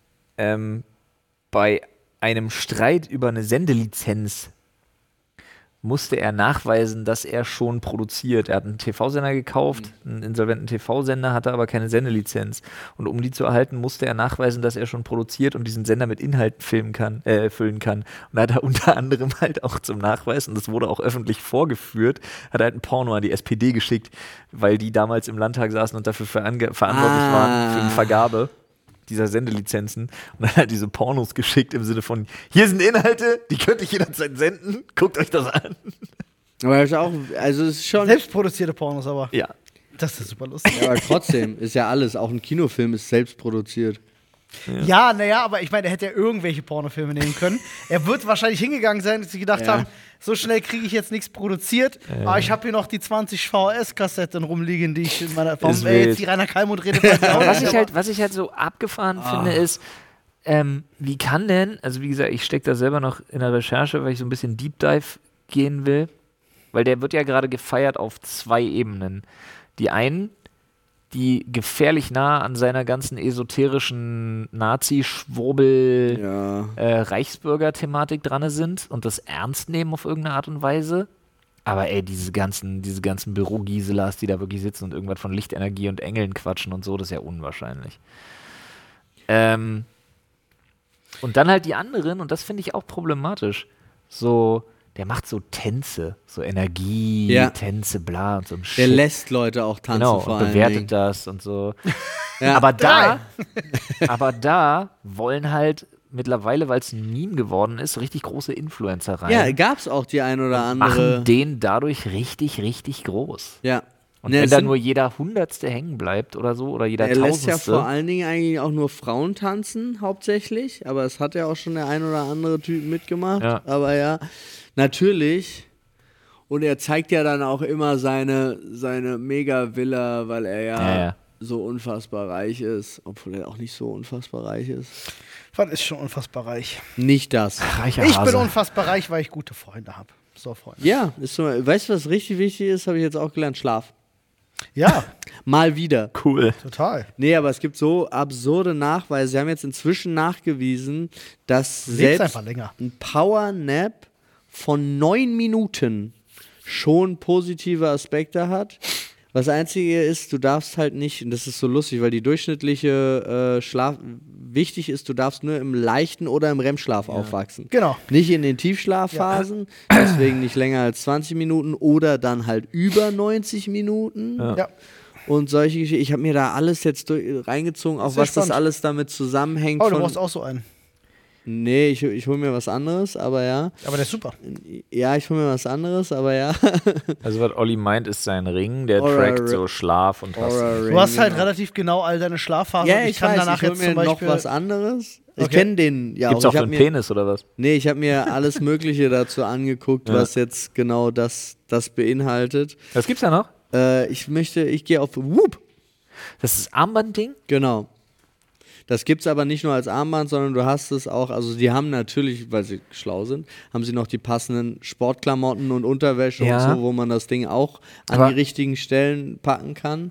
ähm, bei einem Streit über eine Sendelizenz musste er nachweisen, dass er schon produziert. Er hat einen T V-Sender gekauft, einen insolventen T V-Sender, hatte aber keine Sendelizenz. Und um die zu erhalten, musste er nachweisen, dass er schon produziert und diesen Sender mit Inhalten filmen kann, äh, füllen kann. Und da hat er unter anderem halt auch zum Nachweis, und das wurde auch öffentlich vorgeführt, hat er halt ein Porno an die S P D geschickt, weil die damals im Landtag saßen und dafür verange- verantwortlich Ah. waren für die Vergabe dieser Sendelizenzen, und dann hat diese Pornos geschickt im Sinne von, hier sind Inhalte, die könnt ihr jederzeit senden, guckt euch das an. Aber das ist auch, also es ist schon. Selbstproduzierte Pornos aber. Ja. Das ist super lustig. Ja, aber trotzdem ist ja alles, auch ein Kinofilm ist selbst produziert. Ja, naja, aber ich meine, er hätte ja irgendwelche Pornofilme nehmen können. Er wird wahrscheinlich hingegangen sein, dass sie gedacht Ja. haben, so schnell kriege ich jetzt nichts produziert. Aber ich habe hier noch die zwanzig V H S-Kassetten rumliegen, die ich in meiner. Warum Ist äh, jetzt wild. die Rainer Kallmund rede? weiß ich auch Aber was nicht, ich halt, was ich halt so abgefahren finde, ist, ähm, wie kann denn, also wie gesagt, ich stecke da selber noch in der Recherche, weil ich so ein bisschen Deep Dive gehen will, weil der wird ja gerade gefeiert auf zwei Ebenen. Die einen, die gefährlich nah an seiner ganzen esoterischen Nazi-Schwurbel Ja. äh, Reichsbürger-Thematik dran sind und das ernst nehmen auf irgendeine Art und Weise. Aber ey, diese ganzen, diese ganzen Büro-Giselas, die da wirklich sitzen und irgendwas von Lichtenergie und Engeln quatschen und so, das ist ja unwahrscheinlich. Ähm, und dann halt die anderen, und das finde ich auch problematisch, so, der macht so Tänze, so Energie, Ja. Tänze, bla und so ein Der Shit. lässt Leute auch tanzen Genau, vor und allen bewertet Dingen. das und so. Ja. Aber da, aber da wollen halt mittlerweile, weil es ein Meme geworden ist, richtig große Influencer rein. Ja, gab's auch die ein oder andere. machen den dadurch richtig, richtig groß. Ja. Und Ne, wenn es da sind- nur jeder Hundertste hängen bleibt oder so, oder jeder er lässt ja Tausendste. vor allen Dingen eigentlich auch nur Frauen tanzen, hauptsächlich. Aber es hat ja auch schon der ein oder andere Typ mitgemacht. Ja. Aber ja, natürlich. Und er zeigt ja dann auch immer seine, seine Mega-Villa, weil er ja, Ja, ja. so unfassbar reich ist. Obwohl er auch nicht so unfassbar reich ist. Was ist schon unfassbar reich? Nicht das. Reicher Ich Hase. bin unfassbar reich, weil ich gute Freunde habe. So, Freunde. Ja, ist so, weißt du, was richtig wichtig ist? Habe ich jetzt auch gelernt. Schlaf. Ja, Mal wieder. Cool. total. Nee, aber es gibt so absurde Nachweise. Sie haben jetzt inzwischen nachgewiesen, dass Lebst selbst einfach länger. ein Power-Nap von neun Minuten schon positive Aspekte hat. Was Einzige ist, du darfst halt nicht, und das ist so lustig, weil die durchschnittliche äh, Schlaf, wichtig ist, du darfst nur im leichten oder im R E M-Schlaf aufwachsen. Genau. Nicht in den Tiefschlafphasen, deswegen nicht länger als zwanzig Minuten oder dann halt über neunzig Minuten. Ja. Ja. Und solche Geschichten. Ich habe mir da alles jetzt durch, reingezogen, auch Sehr was das spannend. alles damit zusammenhängt. Oh, du von, brauchst auch so einen. nee, ich, ich hole mir was anderes, aber ja. Aber der ist super. Ja, ich hole mir was anderes, aber ja. Also was Olli meint, ist sein Ring, der Aura trackt Ring. so Schlaf und was. Aura Du Ring, hast halt genau. relativ genau all deine Schlafphasen. Ja, und ich, kann weiß, danach ich hole jetzt mir zum noch Beispiel. was anderes. Ich Okay. kenne den ja Gibt's auch. auch Ich für hab einen mir, Penis oder was? Nee, ich habe mir alles Mögliche dazu angeguckt, Ja. was jetzt genau das, das beinhaltet. Was gibt's da noch? Äh, ich möchte, ich gehe auf Whoop. Das ist das Armbandding? Genau. Das gibt es aber nicht nur als Armband, sondern du hast es auch, also die haben natürlich, weil sie schlau sind, haben sie noch die passenden Sportklamotten und Unterwäsche Ja. und so, wo man das Ding auch an Aber- die richtigen Stellen packen kann.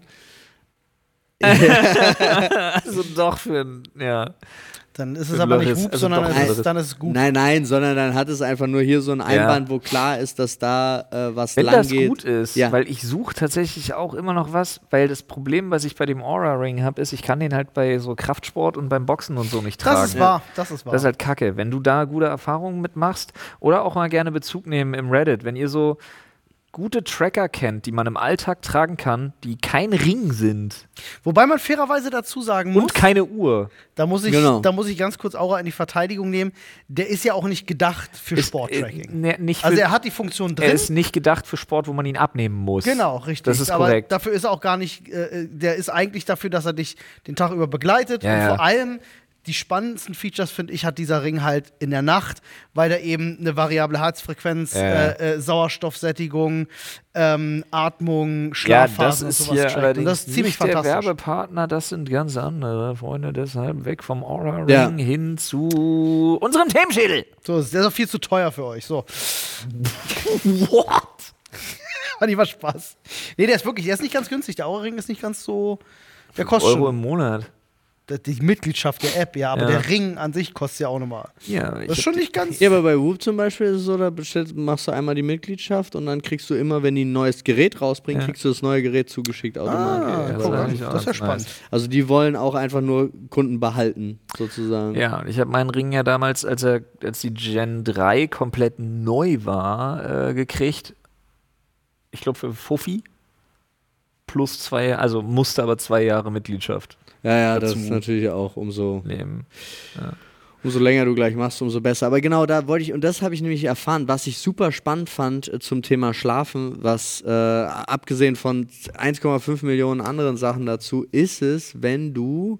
Also doch für ein, ja. Dann ist es Für aber nicht Loris, Whoop, also sondern doch es Loris. ist, dann ist es gut. Nein, nein, sondern dann hat es einfach nur hier so ein Einband, wo klar ist, dass da äh, was Wenn lang das geht. gut ist, Ja. weil ich suche tatsächlich auch immer noch was, weil das Problem, was ich bei dem Aura-Ring habe, ist, ich kann den halt bei so Kraftsport und beim Boxen und so nicht tragen. Das ist wahr. Das ist wahr. Das ist halt kacke. Wenn du da gute Erfahrungen mitmachst oder auch mal gerne Bezug nehmen im Reddit, wenn ihr so gute Tracker kennt, die man im Alltag tragen kann, die kein Ring sind Wobei man fairerweise dazu sagen muss, und keine Uhr. da muss, ich, Genau. da muss ich ganz kurz Aura in die Verteidigung nehmen, der ist ja auch nicht gedacht für Ist, Sporttracking. äh, ne, nicht Also für, er hat die Funktion er drin. ist nicht gedacht für Sport, wo man ihn abnehmen muss. Genau, richtig. Das ist aber korrekt. dafür ist er auch gar nicht, äh, der ist eigentlich dafür, dass er dich den Tag über begleitet. Ja, und ja. vor allem die spannendsten Features, finde ich, hat dieser Ring halt in der Nacht, weil er eben eine variable Herzfrequenz, Ja, ja. äh, äh, Sauerstoffsättigung, ähm, Atmung, Ja, das Schlafphasen ist und sowas hier trackt. allerdings Und das ist ziemlich nicht der fantastisch. Werbepartner, das sind ganz andere Freunde, deshalb weg vom Aura-Ring Ja. hin zu unserem Themenschädel. So, der ist auch viel zu teuer für euch. So. What? Hat nicht mal Spaß. Nee, der ist wirklich, der ist nicht ganz günstig. Der Aura-Ring ist nicht ganz so. Der kostet Euro schon. im Monat. Die Mitgliedschaft der App, ja, aber Ja. der Ring an sich kostet ja auch nochmal. Ja, Das ist schon nicht ganz. Ja, aber bei Whoop zum Beispiel ist es so, da bestellst, machst du einmal die Mitgliedschaft und dann kriegst du immer, wenn die ein neues Gerät rausbringen, Ja. kriegst du das neue Gerät zugeschickt automatisch. Ah, Ja, guck mal, das ist das auch ist ja ganz spannend. nice. Also die wollen auch einfach nur Kunden behalten, sozusagen. Ja, und ich habe meinen Ring ja damals, als er, als die Gen drei komplett neu war, äh, gekriegt. Ich glaube für Fuffi. Plus zwei, also musste aber zwei Jahre Mitgliedschaft Ja, ja, das Dazu. ist natürlich auch umso, nehmen. umso länger du gleich machst, umso besser. Aber genau da wollte ich, und das habe ich nämlich erfahren, was ich super spannend fand äh, zum Thema Schlafen, was äh, abgesehen von eins Komma fünf Millionen anderen Sachen dazu, ist es, wenn du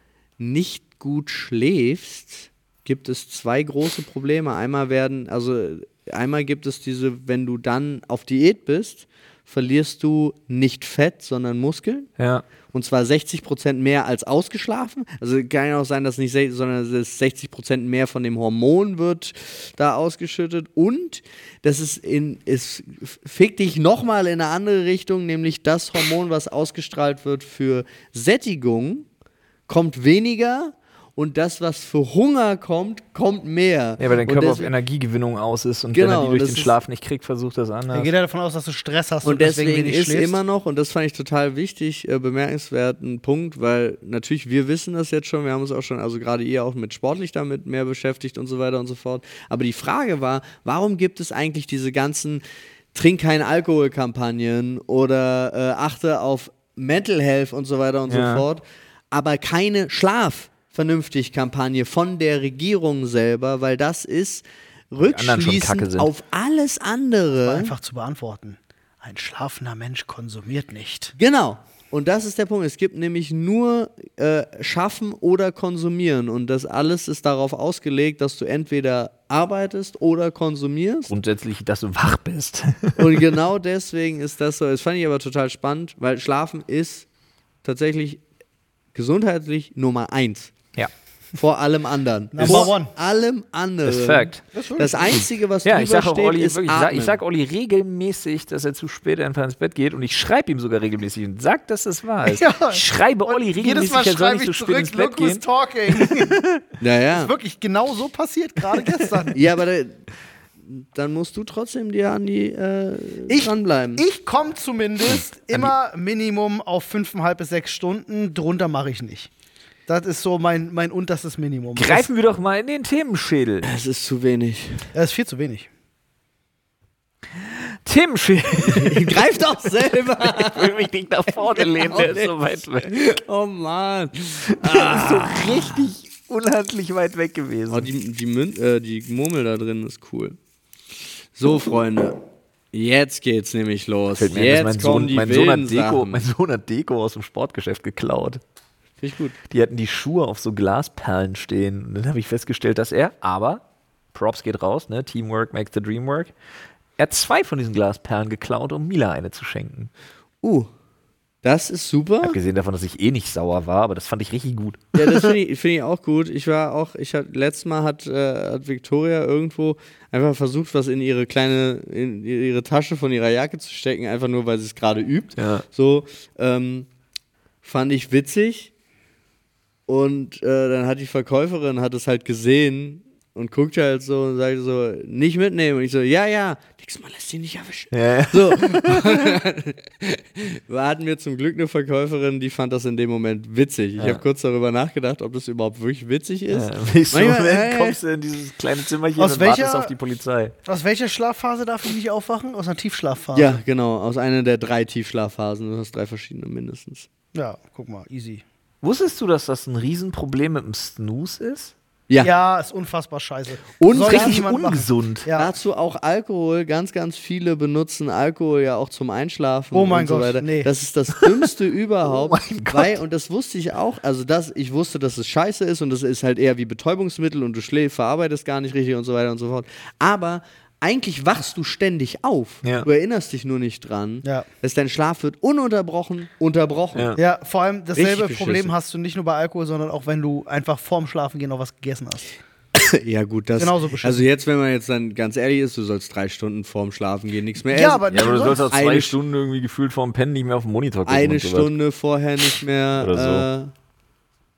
nicht gut schläfst, gibt es zwei große Probleme. Einmal werden, also einmal gibt es diese, wenn du dann auf Diät bist, verlierst du nicht Fett, sondern Muskeln. Ja. Und zwar sechzig Prozent mehr als ausgeschlafen. Also kann ja auch sein, dass nicht sechzig, sondern es ist sechzig Prozent mehr von dem Hormon wird da ausgeschüttet. Und das ist in, es fickt dich nochmal in eine andere Richtung, nämlich das Hormon, was ausgestrahlt wird für Sättigung, kommt weniger. Und das, was für Hunger kommt, kommt mehr. Ja, weil dein Und Körper auf deswegen- Energiegewinnung aus ist und Genau, wenn er die durch das den ist- Schlaf nicht kriegt, versucht das Er anders. geht ja davon aus, dass du Stress hast Und deswegen wenig ist schläfst. immer noch, und das fand ich total wichtig, äh, bemerkenswert, ein Punkt, weil natürlich wir wissen das jetzt schon, wir haben uns auch schon, also gerade ihr auch mit sportlich damit mehr beschäftigt und so weiter und so fort. Aber die Frage war, warum gibt es eigentlich diese ganzen Trink kein Alkohol-Kampagnen oder äh, achte auf Mental Health und so weiter und Ja. so fort, aber keine Schlaf vernünftig Kampagne von der Regierung selber, weil das ist anderen schon kacke rückschließend sind. auf alles andere. einfach zu beantworten. Ein schlafender Mensch konsumiert nicht. Genau. Und das ist der Punkt. Es gibt nämlich nur äh, Schaffen oder Konsumieren. Und das alles ist darauf ausgelegt, dass du entweder arbeitest oder konsumierst. Grundsätzlich, dass du wach bist. Und genau deswegen ist das so. Das fand ich aber total spannend, weil Schlafen ist tatsächlich gesundheitlich Nummer eins. Ja. Vor allem anderen. Number Vor one. allem anderen. Das ist Fact. Das Einzige, was Ja, drüber ich sage auch steht, Olli, ist wirklich, ich sag, Atmen. ich sag Olli regelmäßig, dass er zu spät einfach ins Bett geht und ich schreibe ihm sogar regelmäßig und sag, dass das wahr ist. Ja. Ich schreibe Olli Jedes regelmäßig, Mal er soll schreibe nicht so ich spät zurück, ins Bett look who's gehen. talking. Ja, ja. Wirklich genau so passiert, gerade gestern. Ja, aber da, dann musst du trotzdem dir an die äh, Ich- dranbleiben. Ich komme zumindest immer Minimum auf fünfeinhalb bis sechs Stunden. Drunter mache ich nicht. Das ist so mein, mein unterstes Minimum. Greifen wir doch mal in den Themenschädel. Das ist zu wenig. Das, das ist viel zu wenig. Themenschädel. Greif doch selber! Ich will mich nicht nach vorne lehnen, der ist so weit weg. Oh Mann. Der ist so richtig unhandlich weit weg gewesen. Oh, die, die, Mün äh, die Murmel da drin ist cool. So, Freunde. Jetzt geht's nämlich los. Fällt mir Jetzt ein, dass mein kommen Sohn, die mein, Sohn wilden hat Deko, Sachen. mein Sohn hat Deko aus dem Sportgeschäft geklaut. Finde ich gut. Die hatten die Schuhe auf so Glasperlen stehen. Und dann habe ich festgestellt, dass er, aber, Props geht raus, ne? Teamwork makes the dream work. Er hat zwei von diesen Glasperlen geklaut, um Mila eine zu schenken. Uh, das ist super. Abgesehen davon, dass ich eh nicht sauer war, aber das fand ich richtig gut. Ja, das finde ich, find ich auch gut. Ich war auch, ich hatte, letztes Mal hat, äh, hat Victoria irgendwo einfach versucht, was in ihre kleine, in ihre Tasche von ihrer Jacke zu stecken, einfach nur, weil sie es gerade übt. Ja. So, ähm, fand ich witzig. Und äh, dann hat die Verkäuferin hat es halt gesehen und guckt halt so und sagt so, nicht mitnehmen. Und ich so, ja, ja. Nächstes Mal lässt sie nicht erwischen. Ja, ja. So. Wir hatten wir zum Glück eine Verkäuferin, die fand das in dem Moment witzig. Ich Ja. habe kurz darüber nachgedacht, ob das überhaupt wirklich witzig ist. Im nächsten Manchmal, Moment äh, kommst du in dieses kleine Zimmerchen Aus und welcher- wartest auf die Polizei. Aus welcher Schlafphase darf ich nicht aufwachen? Aus einer Tiefschlafphase. Ja, genau. Aus einer der drei Tiefschlafphasen. Du hast drei verschiedene mindestens. Ja, guck mal, easy. Wusstest du, dass das ein Riesenproblem mit dem Snooze ist? Ja. Ja, ist unfassbar scheiße. Und Soll Richtig niemand machen. ungesund. Ja. Dazu auch Alkohol. Ganz, ganz viele benutzen Alkohol ja auch zum Einschlafen Oh mein und so Gott, weiter. nee. Das ist das Dümmste überhaupt. Oh mein Gott. Weil, und das wusste ich auch, also das, ich wusste, dass es scheiße ist und das ist halt eher wie Betäubungsmittel und du schläfst, verarbeitest gar nicht richtig und so weiter und so fort. Aber eigentlich wachst du ständig auf. Ja. Du erinnerst dich nur nicht dran. Ja. Dass dein Schlaf wird ununterbrochen unterbrochen. Ja. Ja, vor allem dasselbe Richtig Problem beschissen. hast du nicht nur bei Alkohol, sondern auch wenn du einfach vorm Schlafengehen noch was gegessen hast. Ja, gut, das. Genauso beschissen. Also, jetzt, wenn man jetzt dann ganz ehrlich ist, du sollst drei Stunden vorm Schlafen gehen, nichts mehr Ja, essen. aber Ja, aber du sollst auch zwei Eine- Stunden irgendwie gefühlt vorm Pennen nicht mehr auf dem Monitor gucken. Eine und sowas. Stunde vorher nicht mehr Oder äh,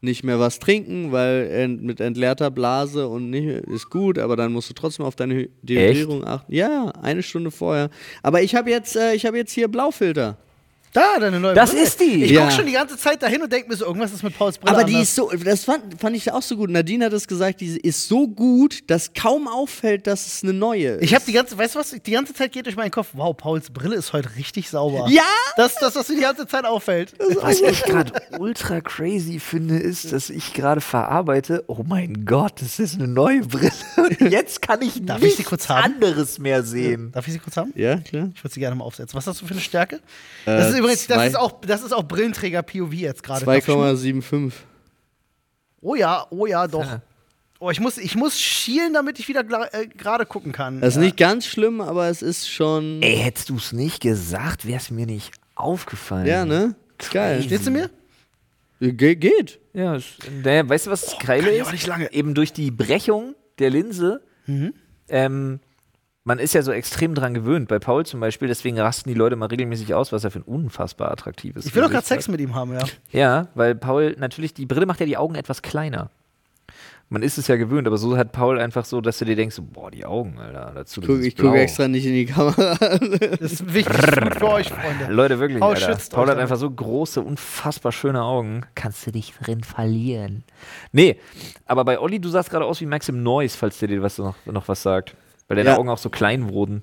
nicht mehr was trinken, weil ent- mit entleerter Blase und nicht, ist gut, aber dann musst du trotzdem auf deine Hy- Dehydrierung achten. Ja, eine Stunde vorher. Aber ich habe jetzt, äh, ich habe jetzt hier Blaufilter. Da, deine neue Das Brille. ist die. Ich Ja. guck schon die ganze Zeit dahin und denke mir so, irgendwas ist mit Pauls Brille Aber die anders. ist so, das fand, fand ich auch so gut. Nadine hat es gesagt, die ist so gut, dass kaum auffällt, dass es eine neue ist. Ich habe die ganze, weißt du was, die ganze Zeit geht durch meinen Kopf, wow, Pauls Brille ist heute richtig sauber. Ja! Das ist das, was mir die ganze Zeit auffällt. Was ich gerade ultra crazy finde, ist, dass ich gerade verarbeite, oh mein Gott, das ist eine neue Brille. Und jetzt kann ich Darf ich sie nichts kurz haben? anderes mehr sehen. Darf ich sie kurz haben? Ja, klar. Ich würde sie gerne mal aufsetzen. Was hast du für eine Stärke? Äh, das ist übrigens, das zwei- ist auch, das ist auch Brillenträger-P O V jetzt gerade. zwei Darf ich Komma mal- fünfundsiebzig. Oh ja, oh ja, doch. Ja. Oh, ich muss, ich muss schielen, damit ich wieder gra- äh, gerade gucken kann. Das ist Ja. nicht ganz schlimm, aber es ist schon. Ey, hättest du es nicht gesagt, wäre es mir nicht aufgefallen. Ja, ne? Ist geil. Steht's du mir? Ge geht. Ja, ist- naja, weißt du, was das Geile kann ich ist? aber nicht lange. Eben durch die Brechung der Linse, ähm, man ist ja so extrem dran gewöhnt. Bei Paul zum Beispiel, deswegen rasten die Leute mal regelmäßig aus, was er für ein unfassbar attraktives Ich will doch gerade Gesicht Sex hat. mit ihm haben, ja. Ja, weil Paul natürlich, die Brille macht ja die Augen etwas kleiner. Man ist es ja gewöhnt, aber so hat Paul einfach so, dass du dir denkst, so, boah, die Augen, Alter, dazu Guck, dieses ich gucke Blau. extra nicht in die Kamera. Das ist wichtig, das ist gut für euch, Freunde. Leute, wirklich, Paul Alter. schützt Paul euch hat damit. einfach so große, unfassbar schöne Augen. Kannst du dich drin verlieren. Nee, aber bei Olli, du sahst gerade aus wie Maxim Noyce, falls der dir was noch, noch was sagt. Weil deine Ja. Augen auch so klein wurden.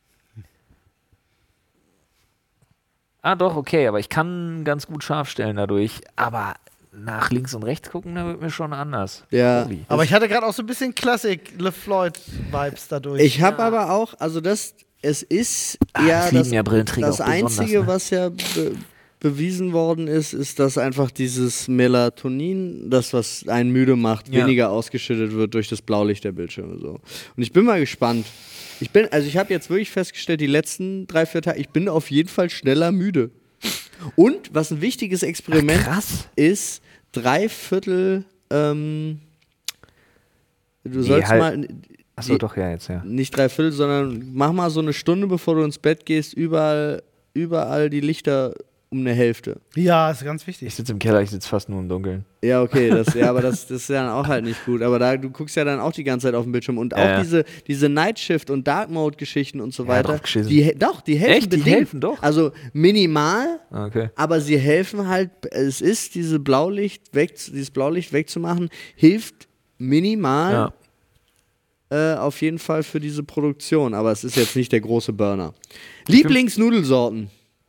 Ah, doch, okay, aber ich kann ganz gut scharf stellen dadurch. Aber nach links und rechts gucken, da wird mir schon anders. Ja. Olli. Aber ich hatte gerade auch so ein bisschen Classic LeFloid-Vibes dadurch. Ich habe aber auch, also das, es ist Ah, ja das lieben das, ja Brillenträger das auch besonders, Einzige, ne? was ja be bewiesen worden ist, ist, dass einfach dieses Melatonin, das, was einen müde macht, Ja. weniger ausgeschüttet wird durch das Blaulicht der Bildschirme. So. Und ich bin mal gespannt. Ich bin, also ich habe jetzt wirklich festgestellt, die letzten drei, vier Tage, ich bin auf jeden Fall schneller müde. Und was ein wichtiges Experiment Krass. ist, drei Viertel, ähm, du Nee, sollst halt- mal, Achso, die- doch, ja, jetzt, ja. nicht drei Viertel, sondern mach mal so eine Stunde, bevor du ins Bett gehst, überall, überall die Lichter um eine Hälfte. Ja, ist ganz wichtig. Ich sitze im Keller, ich sitze fast nur im Dunkeln. Ja, okay, das, ja, aber das, das ist ja dann auch halt nicht gut. Aber da, du guckst ja dann auch die ganze Zeit auf den Bildschirm. Und auch Ja, ja. diese, diese Night Shift und Dark Mode Geschichten und so Ja, weiter, draufgeschissen. die, he- doch, die helfen Echt? Die bedingt. helfen doch? Also minimal, Ah, okay. aber sie helfen halt, es ist diese Blaulicht weg, dieses Blaulicht wegzumachen, hilft minimal Ja. äh, auf jeden Fall für diese Produktion. Aber es ist jetzt nicht der große Burner. Lieblingsnudelsorten.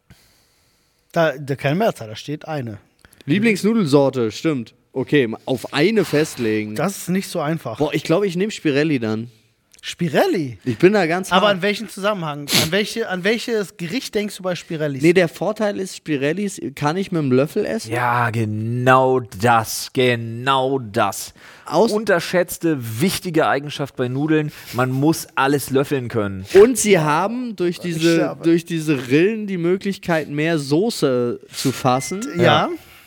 Da, da keine Mehrzahl, da steht eine. Lieblingsnudelsorte, stimmt. Okay, ma- auf eine festlegen. Das ist nicht so einfach. Boah, ich glaube, ich nehme Spirelli dann. Spirelli. Ich bin da ganz Aber hart. an welchen Zusammenhang? An, welche, an welches Gericht denkst du bei Spirellis? Nee, der Vorteil ist, Spirellis kann ich mit dem Löffel essen. Ja, genau das, genau das. Aus- Unterschätzte, wichtige Eigenschaft bei Nudeln, man muss alles löffeln können. Und sie haben durch diese, sterbe. durch diese Rillen die Möglichkeit, mehr Soße zu fassen. Ja.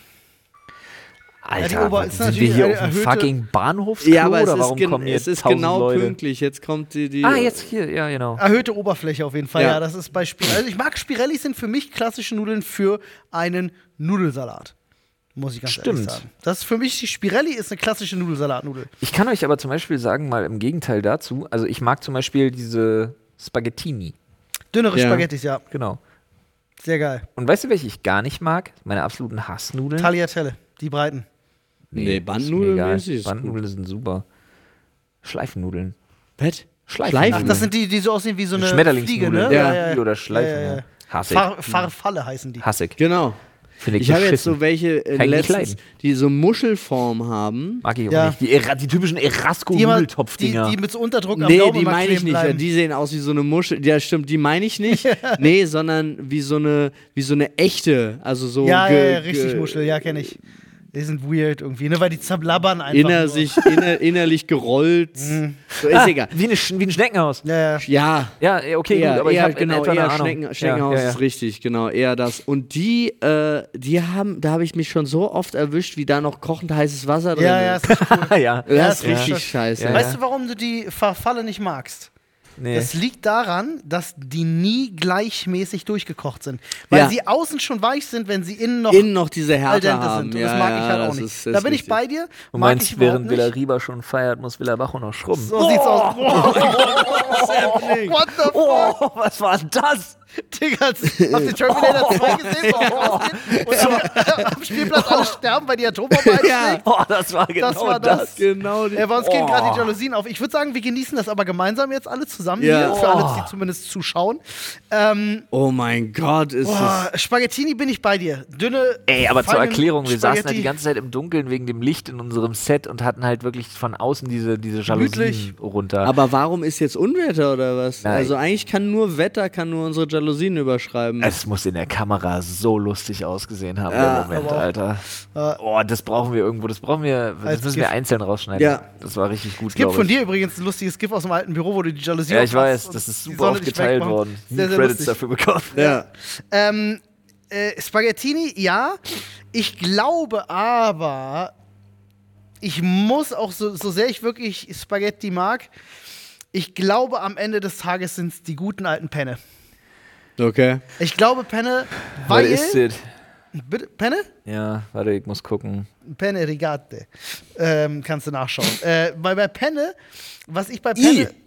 Alter, die Ober- was- ist sind wir natürlich hier eine auf dem erhöhte- fucking Bahnhofsklo Ja, aber es oder ist, warum gen kommen hier es ist tausend genau Leute? pünktlich. Jetzt kommt die. die Ah, jetzt hier, ja, genau. Erhöhte Oberfläche auf jeden Fall, ja. Ja. Das ist bei Spirelli. Also ich mag Spirellis, sind für mich klassische Nudeln für einen Nudelsalat. Muss ich ganz ehrlich Stimmt. sagen. Das ist für mich, die Spirelli ist eine klassische Nudelsalatnudel. Ich kann euch aber zum Beispiel sagen, mal im Gegenteil dazu, also ich mag zum Beispiel diese Spaghettini, Dünnere Ja. Spaghettis, ja. genau. Sehr geil. Und weißt du, welche ich gar nicht mag? Meine absoluten Hassnudeln? Tagliatelle, die breiten. Nee, ist Bandnudeln mir egal. mäßig ist Bandnudeln sind super. Bett? Schleifennudeln. Ach, Schleifennudeln. das sind die, die so aussehen wie so eine Schmetterlingsnudeln. Fliege, ne? Ja. Oder Schleifen. Ja, ja, ja. Ja. Hassig. Far Farfalle heißen die. Hassig. Genau. Finde ich Ich habe jetzt beschissen. so welche äh, Kann ich nicht letztens, leiden. die so Muschelform haben. Mag ich auch Ja. nicht. Die, Era die typischen Die, immer- die, Erasco-Nudeltopf-Dinger. die mit so Unterdruck am Nee, Daumen die immer meine ich kleben nicht. bleiben. Die sehen aus wie so eine Muschel. Ja, stimmt, die meine ich nicht. Nee, sondern wie so eine, wie so eine echte. Also so ja, ge- ja, ja, richtig ge- Muschel, ja, kenne ich. Die sind weird irgendwie, ne? Weil die zerblabbern einfach. Inner nur. sich, inner, innerlich gerollt. So, ist Ah, egal. wie, eine, Sch- wie ein Schneckenhaus. Ja, ja. Ja, Ja, eh, okay, eher, gut, aber ich eher, habe genau, etwa eine eher Ahnung. Schnecken, Schneckenhaus ja, ja, ja. ist richtig, genau, eher das. Und die, äh, die haben, da habe ich mich schon so oft erwischt, wie da noch kochend heißes Wasser drin Ja, ja, ist. ist nicht cool. ja. Das Ja, ist ist richtig das- scheiße. Ja, Weißt du, warum du die Farfalle nicht magst? Nee. Das liegt daran, dass die nie gleichmäßig durchgekocht sind. Weil Ja. sie außen schon weich sind, wenn sie innen noch Innen noch diese al Härte dente haben. sind. Und ja, das mag ich ja, halt auch das nicht. Ist, das da ist bin ich richtig. bei dir. Du mag meinst, ich überhaupt während nicht. Villariba schon feiert, muss Villabajo noch schrubben. So sieht's aus. What the fuck? Oh, was war denn das? Digga, habt ihr Terminator zwei gesehen, wo er rausgeht und am, am Spielplatz alle sterben, weil die Atombombe einschlägt? Ja. Oh, das war genau Das war das. Genau. Die, Äh, bei uns gehen Oh. gerade die Jalousien auf. Ich würde sagen, wir genießen das aber gemeinsam jetzt alle zusammen Ja. hier, für alle, Oh. die zumindest zuschauen. Ähm, oh mein Gott, ist boah, es. Spaghettini bin ich bei dir. Dünne, Ey, aber zur feine Erklärung, wir saßen Spaghetti. halt die ganze Zeit im Dunkeln wegen dem Licht in unserem Set und hatten halt wirklich von außen diese, diese Jalousien Gemütlich. runter. Aber warum ist jetzt Unwetter oder was? Nein. Also eigentlich kann nur Wetter, kann nur unsere Jalousien überschreiben. Es muss in der Kamera so lustig ausgesehen haben, Ja, der Moment, aber auch- Alter. Ja. Oh, das brauchen wir irgendwo, das brauchen wir, das Als müssen GIF. wir einzeln rausschneiden. Ja. Das war richtig gut, Es gibt glaub von ich. dir übrigens ein lustiges GIF aus dem alten Büro, wo du die Jalousie Ja, ich aufmachst weiß, und das ist die super Sonne oft dich geteilt wegmacht. worden. Nie Sehr, sehr Credits lustig. dafür bekommen. ja. Ähm, äh, Spaghettini, ja. Ich glaube aber, ich muss auch, so, so sehr ich wirklich Spaghetti mag, ich glaube, am Ende des Tages sind es die guten alten Penne. Okay. Ich glaube, Penne, Was weil... ist das? Bitte, Penne? Ja, warte, ich muss gucken. Penne Rigate. Ähm, kannst du nachschauen. äh, weil bei Penne, was ich bei Penne... I.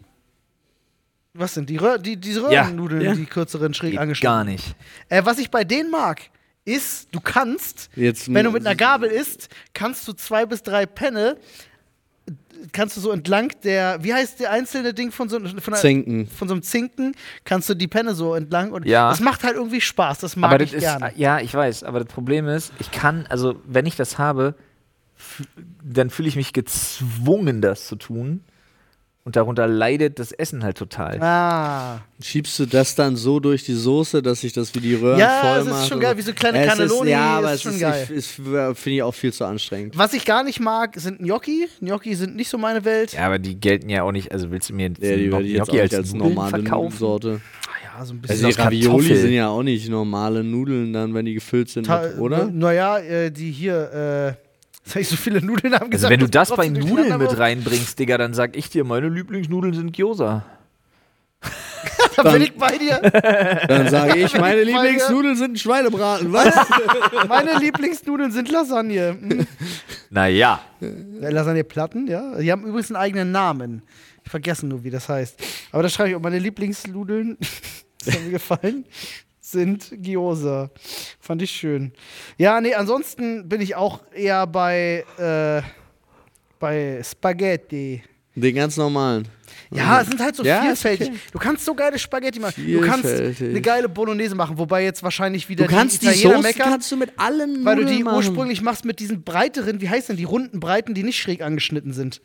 Was sind die, Röhr, die diese Ja. Röhrennudeln, Ja. die kürzeren, schräg Geht angeschnitten? gar nicht. Äh, was ich bei denen mag, ist, du kannst, Jetzt wenn du mit einer Gabel isst, kannst du zwei bis drei Penne, kannst du so entlang der, wie heißt der einzelne Ding von so, von einer, Zinken. von so einem Zinken, kannst du die Penne so entlang und Ja. das macht halt irgendwie Spaß, das mag Aber ich das ist, gerne. ja, ich weiß, aber das Problem ist, ich kann, also wenn ich das habe, f- dann fühle ich mich gezwungen, das zu tun. Und darunter leidet das Essen halt total. Ah. Schiebst du das dann so durch die Soße, dass sich das wie die Röhren Ja, voll es ist macht? schon und geil, so? wie so kleine Es Cannelloni, Ist, ja, aber ist es schon ist, geil. Ich, ist, finde ich auch viel zu anstrengend. Was ich gar nicht mag, sind Gnocchi. Gnocchi sind nicht so meine Welt. Ja, aber die gelten ja auch nicht, also willst du mir jetzt Ja, die würde ich jetzt auch Gnocchi nicht als Nudeln normale verkaufen? Nudelsorte. Ah ja, so ein Also bisschen. die aus Ravioli Kartoffel. sind ja auch nicht normale Nudeln dann, wenn die gefüllt sind, Ta- mit, oder? Naja, äh, die hier, äh, jetzt habe ich so viele Nudeln haben Also gesagt. wenn du dass das ich bei trotzdem Nudeln durcheinander mit wirf. reinbringst, Digga, dann sag ich dir, meine Lieblingsnudeln sind Gyoza. Da bin ich bei dir. Dann sage ich, meine Ich meine- Lieblingsnudeln sind ein Schweinebraten. Was? Meine Lieblingsnudeln sind Lasagne. Hm. Naja. Ja, Lasagneplatten, ja. Die haben übrigens einen eigenen Namen. Ich vergesse nur, wie das heißt. Aber da schreibe ich auch, meine Lieblingsnudeln, das hat mir gefallen, sind Gyoza. Fand ich schön. Ja, nee, ansonsten bin ich auch eher bei, äh, bei Spaghetti. Den ganz normalen. Ja, es sind halt so Ja, ist vielfältig. okay. Du kannst so geile Spaghetti machen. Du kannst Vielfältig. eine geile Bolognese machen, wobei jetzt wahrscheinlich wieder Du kannst die die Italiener Soße meckern, kannst du mit allen weil du Nudeln die machen. ursprünglich machst mit diesen breiteren, wie heißt denn, die runden Breiten, die nicht schräg angeschnitten sind.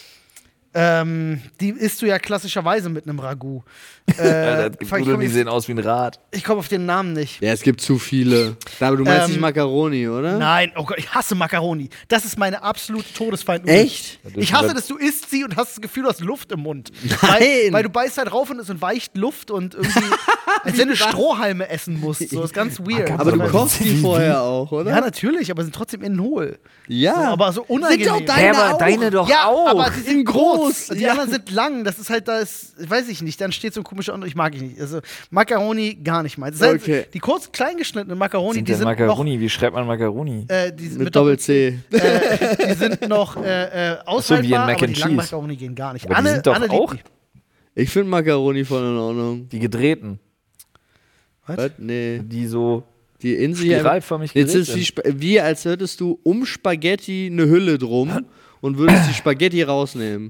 Ähm, die isst du ja klassischerweise mit einem Ragout. Äh, Alter, es gibt ich Nudeln, komme die sehen aus wie ein Rad. komm auf den Namen nicht. Ja, es gibt zu viele. Aber du meinst Ähm, nicht Macaroni, oder? Nein, oh Gott, ich hasse Macaroni. Das ist meine absolute Todesfeind. Echt? Ich hasse, dass du isst sie und hast das Gefühl, du hast Luft im Mund. Nein! Weil, weil du beißt halt rauf und es entweicht Luft und irgendwie, als wenn du Strohhalme essen musst. So, ist ganz weird. Aber du Weil- kochst die vorher auch, oder? Ja, natürlich, aber sind trotzdem innen hohl. Ja. So, aber so unangenehm. Sind doch deine Ja, aber auch. deine doch ja, auch. aber die sind In groß. groß. Die Ja. anderen sind lang. Das ist halt das, weiß ich nicht. Dann steht so ein komischer Andere. Ich mag ich nicht. Also Macaroni gar nicht meins. Das heißt, Okay. Die kurz klein geschnittenen Macaroni, Sind die denn sind Macaroni? Wie schreibt man Macaroni? noch, äh, die sind Mit Doppel-C. äh, die sind noch äh, äh, aushaltbar, wie ein Mac aber and die langen Cheese. Macaroni gehen gar nicht. Aber die Anne, sind doch Anne liebt auch- die. Ich finde Macaroni voll in Ordnung. Die gedrehten. Was? Nee. Die so Die in sich. spiralförmig Jetzt gedreht ist wie, sind. Sp- wie als hättest du um Spaghetti eine Hülle drum und würdest die Spaghetti rausnehmen.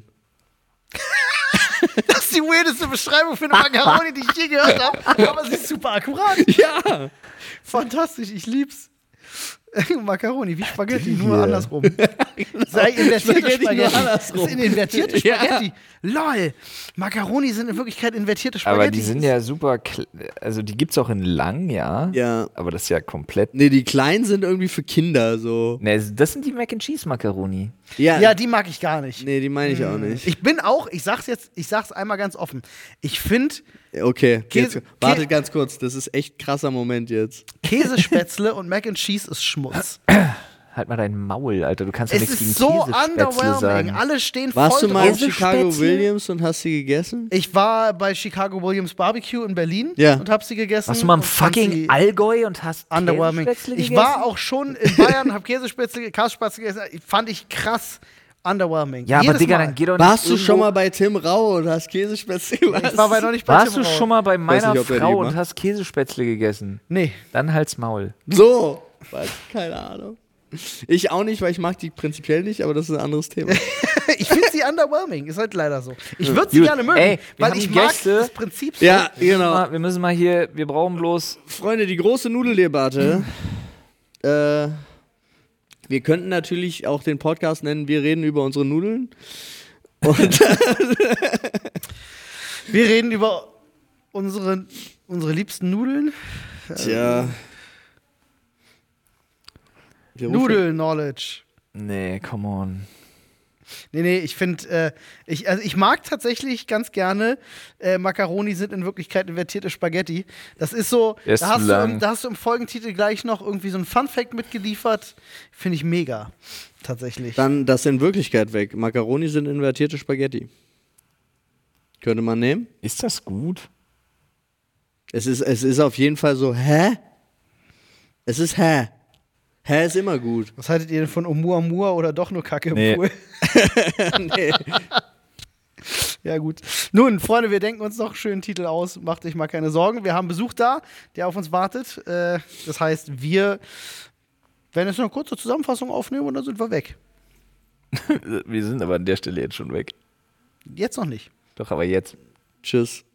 Das ist die weirdeste Beschreibung für eine Macaroni, die ich je gehört habe. Aber sie ist super akkurat. Ja. Fantastisch, ich lieb's. Macaroni, wie Spaghetti, nur Yeah. andersrum. Sei invertierte Spaghetti Spaghetti. nur andersrum. Das sind invertierte Ja. Spaghetti. Lol. Macaroni sind in Wirklichkeit invertierte Spaghetti. Aber die sind ja super, kl- also die gibt's auch in lang, ja. Ja. Aber das ist ja komplett. Nee, die kleinen sind irgendwie für Kinder so. Ne, das sind die Mac and Cheese Macaroni. Ja. Ja, die mag ich gar nicht. Nee, die meine ich auch nicht. Ich bin auch, ich sag's jetzt, ich sag's einmal ganz offen. Ich finde Okay, Käse- jetzt, wartet Kä- ganz kurz. Das ist echt krasser Moment jetzt. Käsespätzle und Mac and Cheese ist Schmutz. Halt mal dein Maul, Alter. Du kannst ja Es nichts gegen ist so Käsespätzle underwhelming. sagen. Alle stehen Warst voll du mal in drauf. Chicago Käsespätzle? Williams und hast sie gegessen? Ich war bei Chicago Williams Barbecue in Berlin Ja. und hab sie gegessen. Warst du mal im und fand fucking sie Allgäu und hast underwhelming. Käsespätzle Ich gegessen? war auch schon in Bayern, hab Käsespätzle, Käsespätzle gegessen. Fand ich krass underwhelming. Ja, aber Jedes Digga, Mal. dann geh doch nicht Warst du irgendwo- schon mal bei Tim Rau und hast Käsespätzle gemacht? Ich war bei noch nicht bei Warst Tim du Rau. schon mal bei meiner nicht, ob er die Frau und macht. hast Käsespätzle gegessen? Nee. Dann halt's Maul. So. Weiß, keine Ahnung. Ich auch nicht, weil ich mag die prinzipiell nicht, aber das ist ein anderes Thema. Ich finde sie underwhelming. Ist halt leider so. Ich würde sie Gut. gerne mögen, Ey, wir weil haben ich mag Gäste. das Prinzip so. Ja, Wir müssen, genau. mal, wir müssen mal hier, wir brauchen bloß. Freunde, die große Nudeldebatte. äh, wir könnten natürlich auch den Podcast nennen, wir reden über unsere Nudeln. Und Wir reden über unsere, unsere liebsten Nudeln. tja. Wir rufen- Nudel-Knowledge. Nee, come on. Nee, nee, ich finde, äh, ich, also ich mag tatsächlich ganz gerne, äh, Macaroni sind in Wirklichkeit invertierte Spaghetti. Das ist so, Der ist da zu hast, du lang. im, da hast du im Folgentitel gleich noch irgendwie so ein Fun-Fact mitgeliefert. Finde ich mega, tatsächlich. Dann das in Wirklichkeit weg. Macaroni sind invertierte Spaghetti. Könnte man nehmen. Ist das gut? Es ist, es ist auf jeden Fall so, hä? Es ist hä? Hä ist immer gut. Was haltet ihr denn von Oumuamua oder doch nur Kacke im Nee. Pool? Nee. Ja, gut. Nun, Freunde, wir denken uns noch einen schönen Titel aus. Macht euch mal keine Sorgen. Wir haben Besuch da, der auf uns wartet. Äh, das heißt, wir werden jetzt noch eine kurze Zusammenfassung aufnehmen und dann sind wir weg. Wir sind aber an der Stelle jetzt schon weg. Jetzt noch nicht. Doch, aber jetzt. Tschüss.